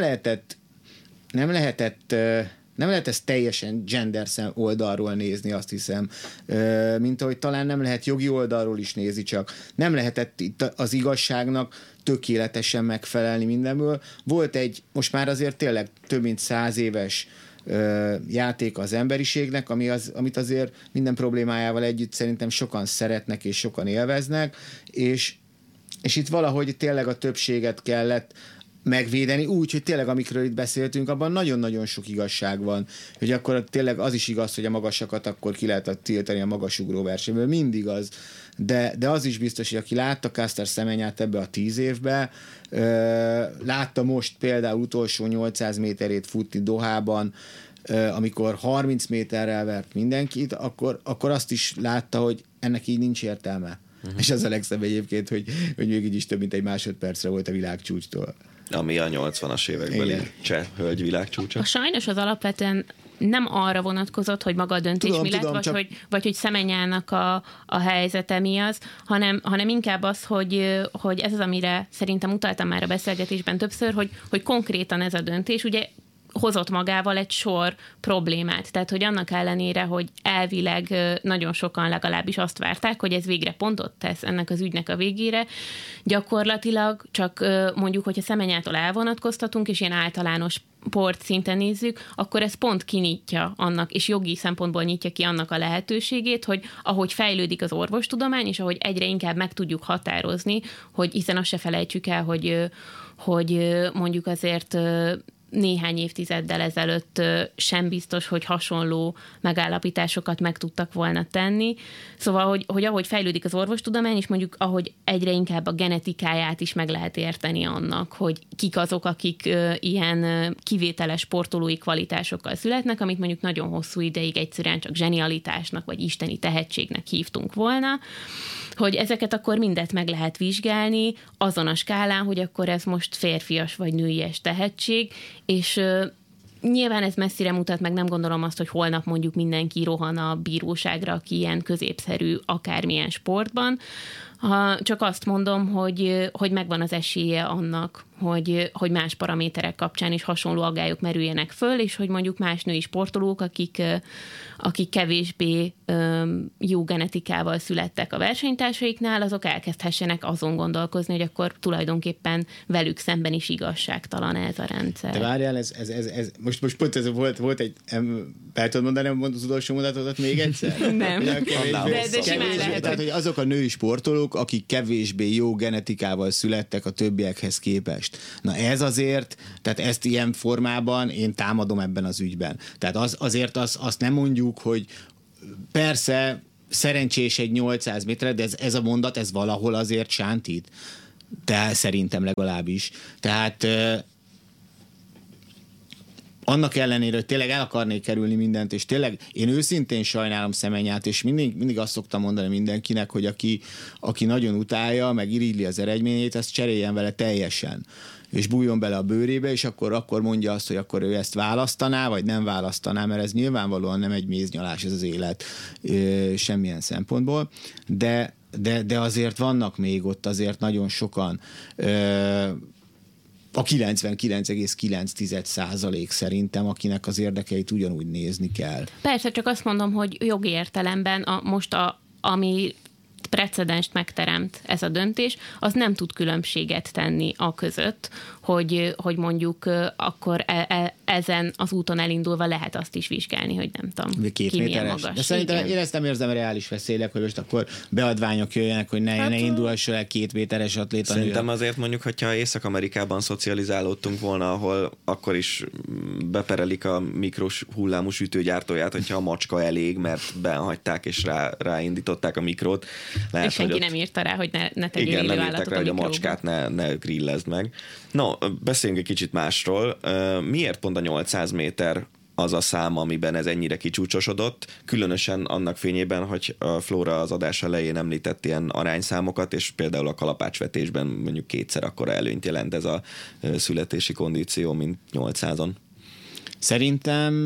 lehetett ezt teljesen gender oldalról nézni, azt hiszem, mint ahogy talán nem lehet jogi oldalról is nézni, csak nem lehetett itt az igazságnak tökéletesen megfelelni mindenből. Volt egy, most már azért tényleg több mint 100 éves játék az emberiségnek, amit azért minden problémájával együtt szerintem sokan szeretnek és sokan élveznek, és itt valahogy tényleg a többséget kellett megvédeni, úgy, hogy tényleg amikről itt beszéltünk, abban nagyon-nagyon sok igazság van, hogy akkor tényleg az is igaz, hogy a magasakat akkor ki lehet tiltani a magasugró versenyből, mindig az, de az is biztos, hogy aki látta Caster Semenyát ebbe a 10 évbe, látta most például utolsó 800 méterét futni Dohában, amikor 30 méterrel vert mindenkit, akkor azt is látta, hogy ennek így nincs értelme. És az a legszebb egyébként, hogy még így is több mint egy másodpercre volt a világcsúcstól. Ami a 80-as évekbeli cseh hölgy világcsúcsa. A sajnos az alapvetően nem arra vonatkozott, hogy maga a döntés mi lett, vagy hogy Szemenyának a helyzete mi az, hanem inkább az, hogy ez az, amire szerintem utaltam már a beszélgetésben többször, hogy konkrétan ez a döntés, ugye hozott magával egy sor problémát. Tehát, hogy annak ellenére, hogy elvileg nagyon sokan legalábbis azt várták, hogy ez végre pontot tesz ennek az ügynek a végére, gyakorlatilag csak mondjuk, hogyha Szemenyától elvonatkoztatunk, és ilyen általános sportszinten nézzük, akkor ez pont kinyitja annak, és jogi szempontból nyitja ki annak a lehetőségét, hogy ahogy fejlődik az orvostudomány, és ahogy egyre inkább meg tudjuk határozni, hogy hiszen azt se felejtsük el, hogy mondjuk azért néhány évtizeddel ezelőtt sem biztos, hogy hasonló megállapításokat meg tudtak volna tenni. Szóval, hogy ahogy fejlődik az orvostudomány, és mondjuk ahogy egyre inkább a genetikáját is meg lehet érteni annak, hogy kik azok, akik ilyen kivételes sportolói kvalitásokkal születnek, amit mondjuk nagyon hosszú ideig egyszerűen csak zsenialitásnak vagy isteni tehetségnek hívtunk volna, hogy ezeket akkor mindet meg lehet vizsgálni azon a skálán, hogy akkor ez most férfias vagy nőies tehetség, és nyilván ez messzire mutat, meg nem gondolom azt, hogy holnap mondjuk mindenki rohan a bíróságra, aki ilyen középszerű akármilyen sportban, csak azt mondom, hogy megvan az esélye annak, hogy más paraméterek kapcsán is hasonló aggályok merüljenek föl, és hogy mondjuk más női sportolók, akik kevésbé jó genetikával születtek a versenytársaiknál, azok elkezdhessenek azon gondolkozni, hogy akkor tulajdonképpen velük szemben is igazságtalan ez a rendszer. De várjál, ez most pont ez volt egy, el tudod mondani az utolsó mondatot még egyszer? Nem. De simán lehet. Tehát, hogy azok a női sportolók, akik kevésbé jó genetikával születtek a többiekhez képest. Na ez azért, tehát ezt ilyen formában én támadom ebben az ügyben. Tehát azért azt nem mondjuk, hogy persze szerencsés egy 800 méterre, de ez a mondat, ez valahol azért sántít. De szerintem legalábbis. Tehát annak ellenére, hogy tényleg el akarnék kerülni mindent, és tényleg én őszintén sajnálom Szemenyát, és mindig azt szoktam mondani mindenkinek, hogy aki nagyon utálja, meg irigyli az eredményét, azt cseréljen vele teljesen, és bújjon bele a bőrébe, és akkor mondja azt, hogy akkor ő ezt választaná, vagy nem választaná, mert ez nyilvánvalóan nem egy méznyalás ez az élet semmilyen szempontból, de azért vannak még ott azért nagyon sokan, a 99,9% szerintem, akinek az érdekeit ugyanúgy nézni kell. Persze, csak azt mondom, hogy jogi értelemben ami precedenst megteremt ez a döntés, az nem tud különbséget tenni a között, hogy mondjuk akkor ezen az úton elindulva lehet azt is vizsgálni, hogy nem tudom, 2 ki milyen méteres. magas. De szerintem én ezt nem érzem reális veszélynek, hogy most akkor beadványok jöjjenek, hogy ne indulhasson el 2 méteres atléta. Szerintem azért mondjuk, hogyha Észak-Amerikában szocializálódtunk volna, ahol akkor is beperelik a mikros hullámú sütőgyártóját, hogyha a macska elég, mert behagyták és ráindították a mikrót. Lehet, és senki nem írta rá, hogy ne tegyél élő nem írták állatot rá, a hogy a mikróba. macskát ne grillezd meg. No, beszéljünk egy kicsit másról. Miért pont a 800 méter az a szám, amiben ez ennyire kicsúcsosodott, különösen annak fényében, hogy a Flóra az adás elején említett ilyen arányszámokat, és például a kalapácsvetésben mondjuk 2-szer akkora előnyt jelent ez a születési kondíció, mint 800-on. Szerintem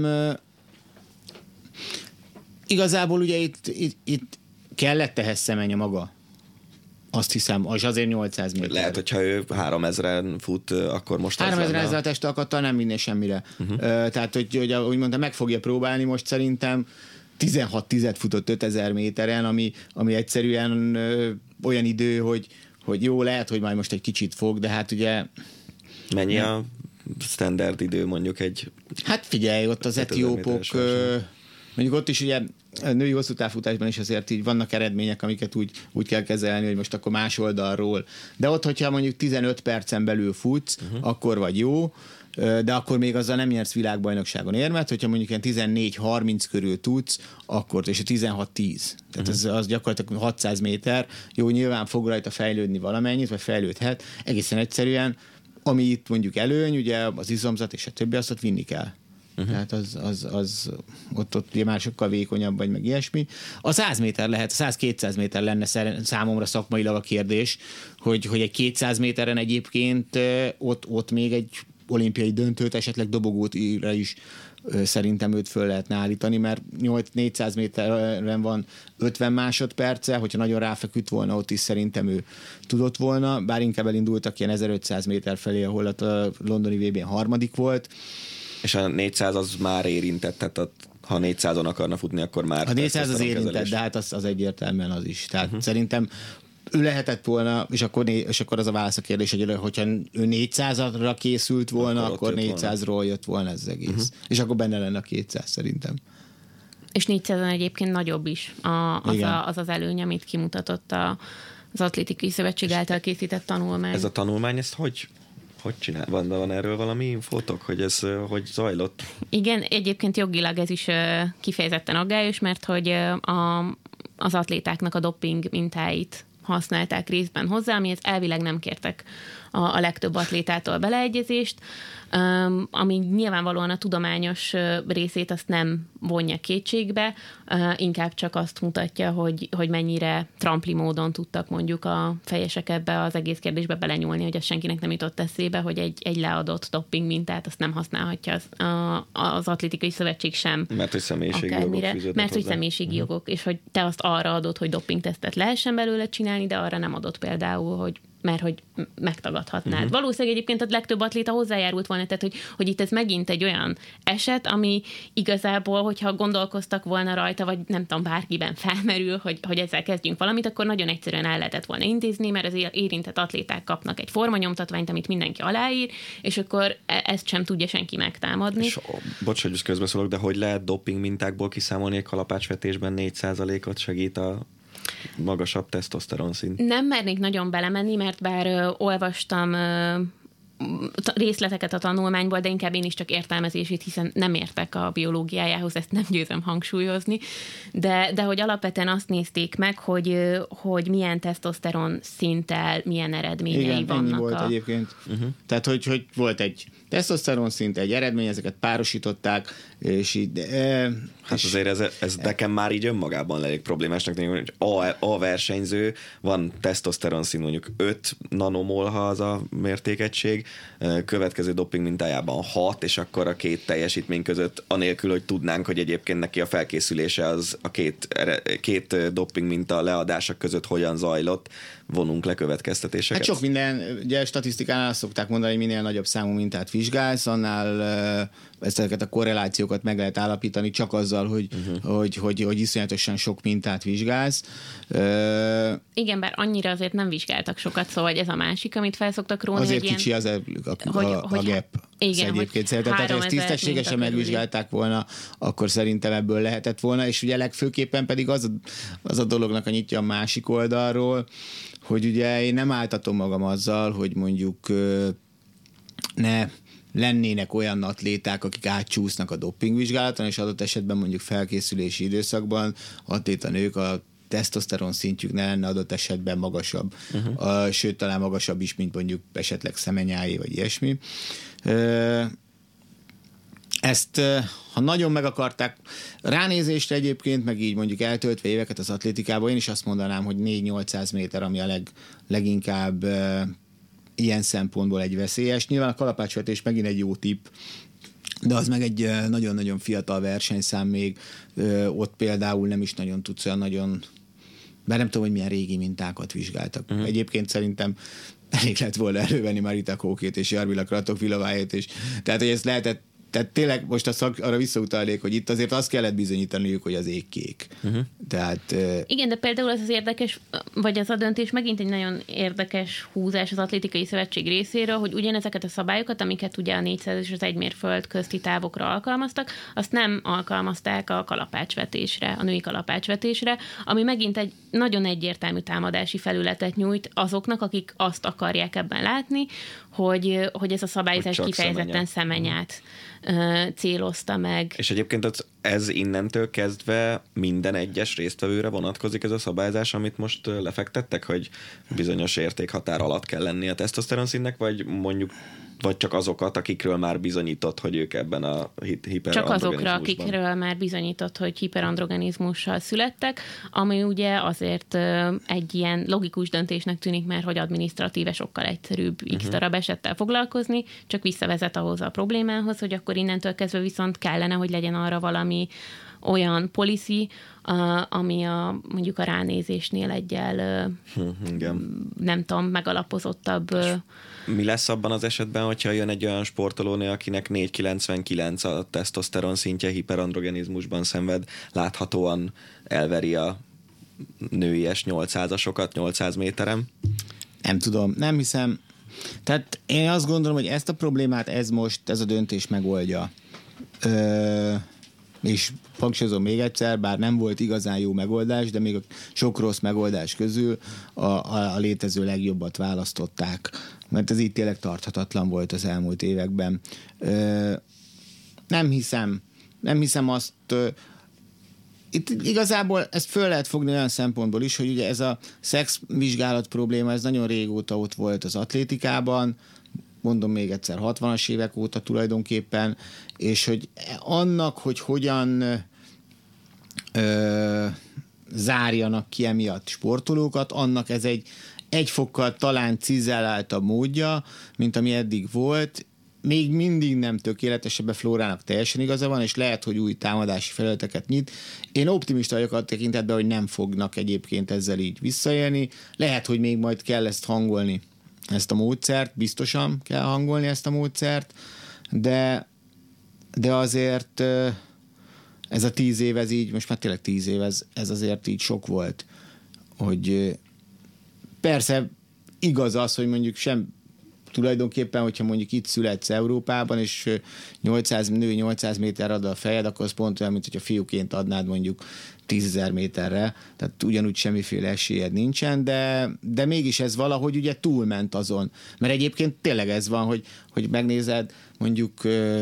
igazából ugye itt kellett ehhez Szemenya maga. Azt hiszem, és azért 800 méter. Lehet, hogyha ő 3000-en fut, akkor most 3000 ezzel a testalkattal nem vinne semmire. Tehát, hogy ahogy mondtam, meg fogja próbálni most szerintem 16-10 futott 5000 méteren, ami egyszerűen olyan idő, hogy jó, lehet, hogy majd most egy kicsit fog, de hát ugye... Mennyi a standard idő mondjuk egy... Hát figyelj, ott az etiópok... Mondjuk ott is ugye a női hosszútávfutásban is azért így vannak eredmények, amiket úgy kell kezelni, hogy most akkor más oldalról. De ott, hogyha mondjuk 15 percen belül futsz, akkor vagy jó, de akkor még azzal nem nyersz világbajnokságon érmet, hogyha mondjuk ilyen 14-30 körül tudsz, akkor, és a 16-10. Tehát az gyakorlatilag 600 méter. Jó, nyilván fog rajta fejlődni valamennyit, vagy fejlődhet. Egészen egyszerűen, ami itt mondjuk előny, ugye az izomzat és a többi, azt ott vinni kell. Tehát az ott ugye már sokkal vékonyabb vagy meg ilyesmi. A 100 méter lehet, a 100-200 méter lenne számomra szakmailag a kérdés, hogy egy 200 méteren egyébként ott még egy olimpiai döntőt, esetleg dobogótra is szerintem őt föl lehetne állítani, mert 400 méteren van 50 másodperce, hogyha nagyon ráfeküdt volna, ott is szerintem ő tudott volna, bár inkább elindultak ilyen 1500 méter felé, ahol a londoni VB-n harmadik volt. És a 400 az már érintett, tehát ha 400-on akarna futni, akkor már... A 400 az érintett, de hát az egyértelműen az is. Tehát szerintem ő lehetett volna, és akkor az a válasz a kérdés, hogy hogyha ő 400-ra készült volna, akkor 400-ról jött volna ez az egész. És akkor benne lenne a 200 szerintem. És 400-on egyébként nagyobb is az előny, amit kimutatott az Atlétikai Szövetség által készített tanulmány. Ez a tanulmány, ezt hogy csinál? Van erről valami infótok, hogy ez hogy zajlott? Igen, egyébként jogilag ez is kifejezetten aggályos, mert hogy az atlétáknak a doping mintáit használták részben hozzá, amihez elvileg nem kértek a legtöbb atlétától beleegyezést, ami nyilvánvalóan a tudományos részét azt nem vonja kétségbe, inkább csak azt mutatja, hogy mennyire trampli módon tudtak mondjuk a fejesek ebbe az egész kérdésbe belenyúlni, hogy az senkinek nem jutott eszébe, hogy egy leadott doping mintát azt nem használhatja az Atlétikai Szövetség sem. Mert hogy személyiségi jogok fűződnek hozzá. Mert hogy személyiségi jogok, és hogy te azt arra adod, hogy dopingtesztet lehessen belőle csinálni, de arra nem adott például, mert hogy megtagadhatnád. Valószínűleg egyébként a legtöbb atléta hozzájárult volna, tehát hogy itt ez megint egy olyan eset, ami igazából, hogyha gondolkoztak volna rajta, vagy nem tudom, bárkiben felmerül, hogy ezzel kezdjünk valamit, akkor nagyon egyszerűen el lehetett volna intézni, mert az érintett atléták kapnak egy formanyomtatványt, amit mindenki aláír, és akkor ezt sem tudja senki megtámadni. És, bocs, hogy közbeszólok, de hogy lehet doping mintákból kiszámolni egy kalapácsvetésben 4%-ot segít a magasabb tesztoszteron szint? Nem mernék nagyon belemenni, mert bár olvastam részleteket a tanulmányból, de inkább én is csak értelmezését, hiszen nem értek a biológiájához, ezt nem győzöm hangsúlyozni, de hogy alapvetően azt nézték meg, hogy milyen tesztoszteron szinttel milyen eredményei vannak. Igen, ennyi volt egyébként. Tehát, hogy volt egy tesztoszteron szint, egy eredmény, ezeket párosították, és így... Hát azért ez nekem már így önmagában elég problémásnak tűnik, hogy a versenyző, van tesztoszteron szint mondjuk 5 nanomol, ha az a mértékegység, következő doping mintájában 6, és akkor a két teljesítmény között, anélkül, hogy tudnánk, hogy egyébként neki a felkészülése az a két doping minta leadása között hogyan zajlott, vonunk le következtetéseket. Hát sok minden, ugye statisztikánál azt szokták mondani, hogy minél nagyobb számú mintát vizsgálsz, annál ezeket a korrelációkat meg lehet állapítani csak azzal, hogy iszonyatosan sok mintát vizsgálsz. Igen, bár annyira azért nem vizsgáltak sokat, szóval ez a másik, amit felszoktak róni. Azért kicsi az a gap. Igen, egyébként szerintem, tehát ha ezt tisztességesen megvizsgálták volna, akkor szerintem ebből lehetett volna, és ugye legfőképpen pedig az a dolognak a nyitja a másik oldalról, hogy ugye én nem áltatom magam azzal, hogy mondjuk ne lennének olyan atléták, akik átcsúsznak a dopingvizsgálaton, és adott esetben mondjuk felkészülési időszakban atlétanők a tesztoszteron szintjük ne lenne adott esetben magasabb, sőt talán magasabb is, mint mondjuk esetleg Szemenyáé, vagy ilyesmi. Ezt, ha nagyon meg akarták, ránézésre egyébként, meg így mondjuk eltöltve éveket az atlétikában, én is azt mondanám, hogy 4-800 méter, ami a leginkább ilyen szempontból egy veszélyes. Nyilván a kalapácsvetés megint egy jó tipp, de az meg egy nagyon-nagyon fiatal versenyszám még, ott például nem is nagyon tudsz olyan nagyon, bár nem tudom, hogy milyen régi mintákat vizsgáltak. Egyébként szerintem elég lett volna elővenni Marita Kókét és Jarmila Kratochvilovájét, és tehát, hogy ezt lehetett. Tehát tényleg most arra visszautalnék, hogy itt azért azt kellett bizonyítaniuk, hogy az ég kék. Tehát, igen, de például az érdekes, vagy az a döntés megint egy nagyon érdekes húzás az Atlétikai Szövetség részéről, hogy ugyanezeket a szabályokat, amiket ugye a 400 és az 1 mérföld közti távokra alkalmaztak, azt nem alkalmazták a kalapácsvetésre, a női kalapácsvetésre, ami megint egy nagyon egyértelmű támadási felületet nyújt azoknak, akik azt akarják ebben látni, hogy ez a szabályzás kifejezetten Szemenyát célozta meg. És egyébként ez innentől kezdve minden egyes résztvevőre vonatkozik ez a szabályzás, amit most lefektettek, hogy bizonyos értékhatár alatt kell lenni a tesztoszteron szintnek, vagy mondjuk vagy csak azokat, akikről már bizonyított, hogy ők ebben a hiperandrogenizmusban? Csak azokra, akikről már bizonyított, hogy hiperandrogenizmussal születtek, ami ugye azért egy ilyen logikus döntésnek tűnik, mert hogy adminisztratíve sokkal egyszerűbb x darab esettel foglalkozni, csak visszavezet ahhoz a problémához, hogy akkor innentől kezdve viszont kellene, hogy legyen arra valami olyan policy, ami mondjuk a ránézésnél egyel nem tudom, megalapozottabb. Mi lesz abban az esetben, hogyha jön egy olyan sportolónő, akinek 4,99 a tesztoszteron szintje, hiperandrogenizmusban szenved, láthatóan elveri a nőies 800-asokat 800 méteren? Nem tudom, nem hiszem. Tehát én azt gondolom, hogy ezt a problémát ez a döntés megoldja. És hangsúlyozom még egyszer, bár nem volt igazán jó megoldás, de még a sok rossz megoldás közül a létező legjobbat választották, mert ez így tényleg tarthatatlan volt az elmúlt években. Nem hiszem azt, itt igazából ezt föl lehet fogni olyan szempontból is, hogy ugye ez a szexvizsgálat probléma, ez nagyon régóta ott volt az atlétikában, mondom még egyszer, 60-as évek óta tulajdonképpen, és hogy annak, hogy hogyan zárjanak ki emiatt sportolókat, annak ez egy fokkal talán cizelláltabb módja, mint ami eddig volt. Még mindig nem tökéletes, ebbe Flórának teljesen igaza van, és lehet, hogy új támadási felületeket nyit. Én optimista vagyok a tekintetben, hogy nem fognak egyébként ezzel így visszaélni. Lehet, hogy még majd kell ezt hangolni, ezt a módszert, biztosan kell hangolni ezt a módszert, de azért ez a 10 év, ez így, most már tényleg 10 év, ez azért így sok volt, hogy persze igaz az, hogy mondjuk sem tulajdonképpen, hogyha mondjuk itt születsz Európában, és 800 méter ad a fejed, akkor az pont olyan, mint hogyha fiúként adnád mondjuk 10.000 méterre, tehát ugyanúgy semmiféle esélyed nincsen, de mégis ez valahogy ugye túlment azon. Mert egyébként tényleg ez van, hogy megnézed, mondjuk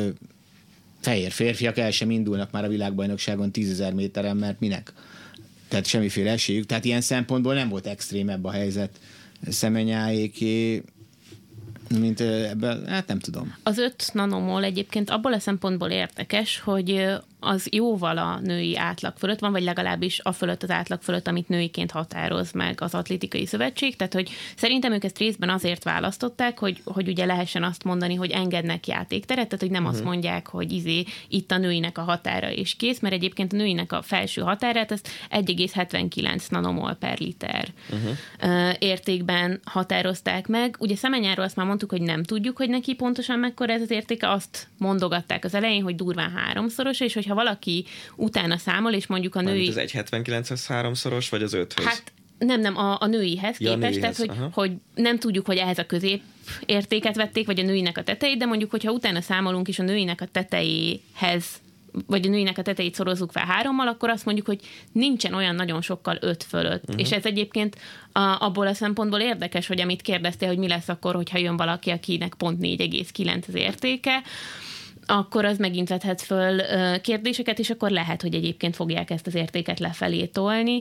fehér férfiak el sem indulnak már a világbajnokságon 10.000 méteren, mert minek? Tehát semmiféle esélyük. Tehát ilyen szempontból nem volt extrémebb a helyzet Szemenyáéké, mint ebben, hát nem tudom. Az 5 nanomol egyébként abból a szempontból érdekes, hogy az jóval a női átlag fölött van, vagy legalábbis a fölött az átlag fölött, amit nőiként határoz meg az atlétikai szövetség. Tehát, hogy szerintem ők ezt részben azért választották, hogy ugye lehessen azt mondani, hogy engednek játékteret, tehát, hogy nem azt mondják, hogy itt a nőinek a határa és kész, mert egyébként a nőinek a felső határát ezt 1,79 nanomol per liter értékben határozták meg. Ugye Szemenyáról azt már mondtuk, hogy nem tudjuk, hogy neki pontosan mekkora ez az értéke, azt mondogatták az elején, hogy durván 3-szoros, és hogyha valaki utána számol, és mondjuk a női... Az 1,79-hez 3-szoros, vagy az 5-höz? Hát nem, a nőihez képest, tehát hogy nem tudjuk, hogy ehhez a közép értéket vették, vagy a nőinek a tetejét, de mondjuk, hogyha utána számolunk, és a nőinek a tetejéhez, vagy a nőinek a tetejét szorozzuk fel 3-mal, akkor azt mondjuk, hogy nincsen olyan nagyon sokkal 5 fölött. És ez egyébként abból a szempontból érdekes, hogy amit kérdeztél, hogy mi lesz akkor, hogyha jön valaki, akinek pont 4,9 az értéke, akkor az megint vethet föl kérdéseket, és akkor lehet, hogy egyébként fogják ezt az értéket lefelé tolni.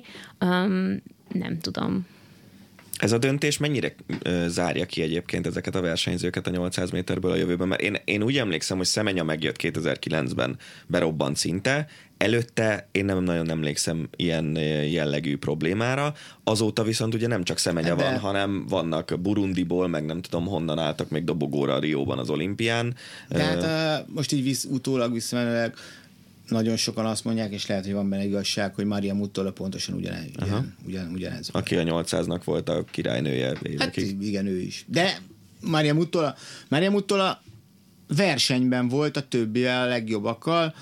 Nem tudom. Ez a döntés mennyire zárja ki egyébként ezeket a versenyzőket a 800 méterből a jövőben? Mert én úgy emlékszem, hogy Szemenya megjött 2009-ben, berobbant szinte, előtte én nem nagyon emlékszem ilyen jellegű problémára, azóta viszont ugye nem csak Szemenya van, hanem vannak Burundiból, meg nem tudom honnan álltak még dobogóra a Rióban az olimpián. De hát most így utólag visszamenőleg nagyon sokan azt mondják, és lehet, hogy van benne igazság, hogy Maria Mutola pontosan ugyanez. Aki a 800-nak volt a királynője évekig. Hát igen, ő is. De Maria Mutola versenyben volt a többivel, a legjobbakkal.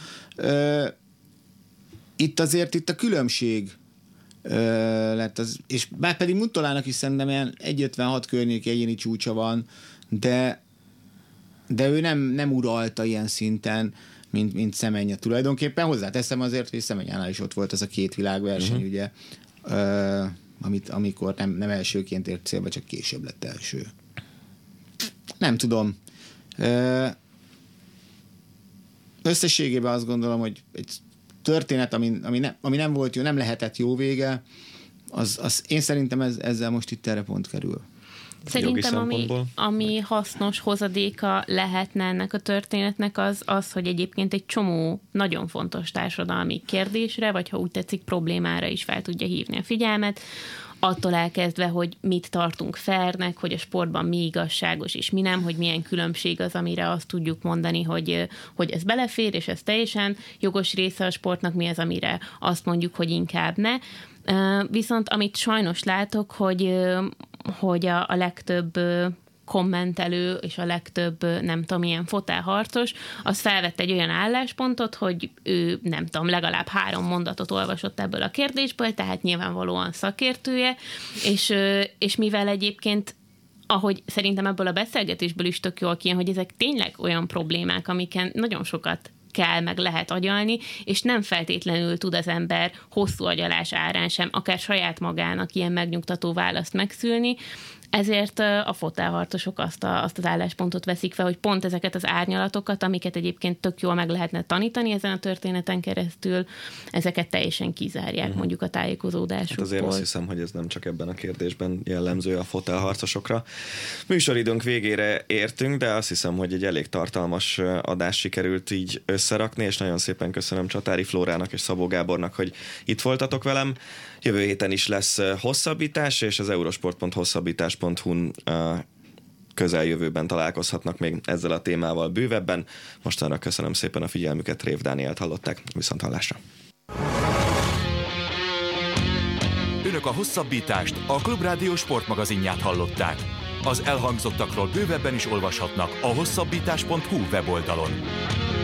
Itt a különbség lett az, és bár pedig Mutolának is szerintem ilyen 1,56 környéki egyéni csúcsa van, de ő nem uralta ilyen szinten, mint Szemenya tulajdonképpen. Hozzáteszem azért, hogy Szemenyánál is ott volt az a 2 világverseny, ugye, amikor nem elsőként ért célba, csak később lett első. Nem tudom. Összességében azt gondolom, hogy egy történet, ami nem volt jó, nem lehetett jó vége, én szerintem ezzel most itt erre pont kerül. Szerintem ami hasznos hozadéka lehetne ennek a történetnek az, hogy egyébként egy csomó nagyon fontos társadalmi kérdésre, vagy ha úgy tetszik, problémára is fel tudja hívni a figyelmet, attól elkezdve, hogy mit tartunk fairnek, hogy a sportban mi igazságos és mi nem, hogy milyen különbség az, amire azt tudjuk mondani, hogy ez belefér, és ez teljesen jogos része a sportnak, mi az, amire azt mondjuk, hogy inkább ne. Viszont amit sajnos látok, hogy a legtöbb kommentelő és a legtöbb, nem tudom, ilyen fotelharcos, az felvett egy olyan álláspontot, hogy ő, nem tudom, legalább 3 mondatot olvasott ebből a kérdésből, tehát nyilvánvalóan szakértője, és mivel egyébként ahogy szerintem ebből a beszélgetésből is tök jól kijön, hogy ezek tényleg olyan problémák, amiken nagyon sokat kell, meg lehet agyalni, és nem feltétlenül tud az ember hosszú agyalás árán sem, akár saját magának ilyen megnyugtató választ megszülni. Ezért a fotelharcosok azt az álláspontot veszik fel, hogy pont ezeket az árnyalatokat, amiket egyébként tök jól meg lehetne tanítani ezen a történeten keresztül, ezeket teljesen kizárják mondjuk a tájékozódásukból. Hát azért azt hiszem, hogy ez nem csak ebben a kérdésben jellemző a fotelharcosokra. Műsoridőnk végére értünk, de azt hiszem, hogy egy elég tartalmas adást sikerült így összerakni, és nagyon szépen köszönöm Csatári Flórának és Szabó Gábornak, hogy itt voltatok velem. Jövő héten is lesz hosszabbítás, és az eurosport.hosszabbítás.hu-n közeljövőben találkozhatnak még ezzel a témával bővebben. Mostanra köszönöm szépen a figyelmüket, Rév Dánielt hallották, viszonthallásra. Önök a Hosszabbítást, a Klubrádió sportmagazinját hallották. Az elhangzottakról bővebben is olvashatnak a hosszabbítás.hu weboldalon.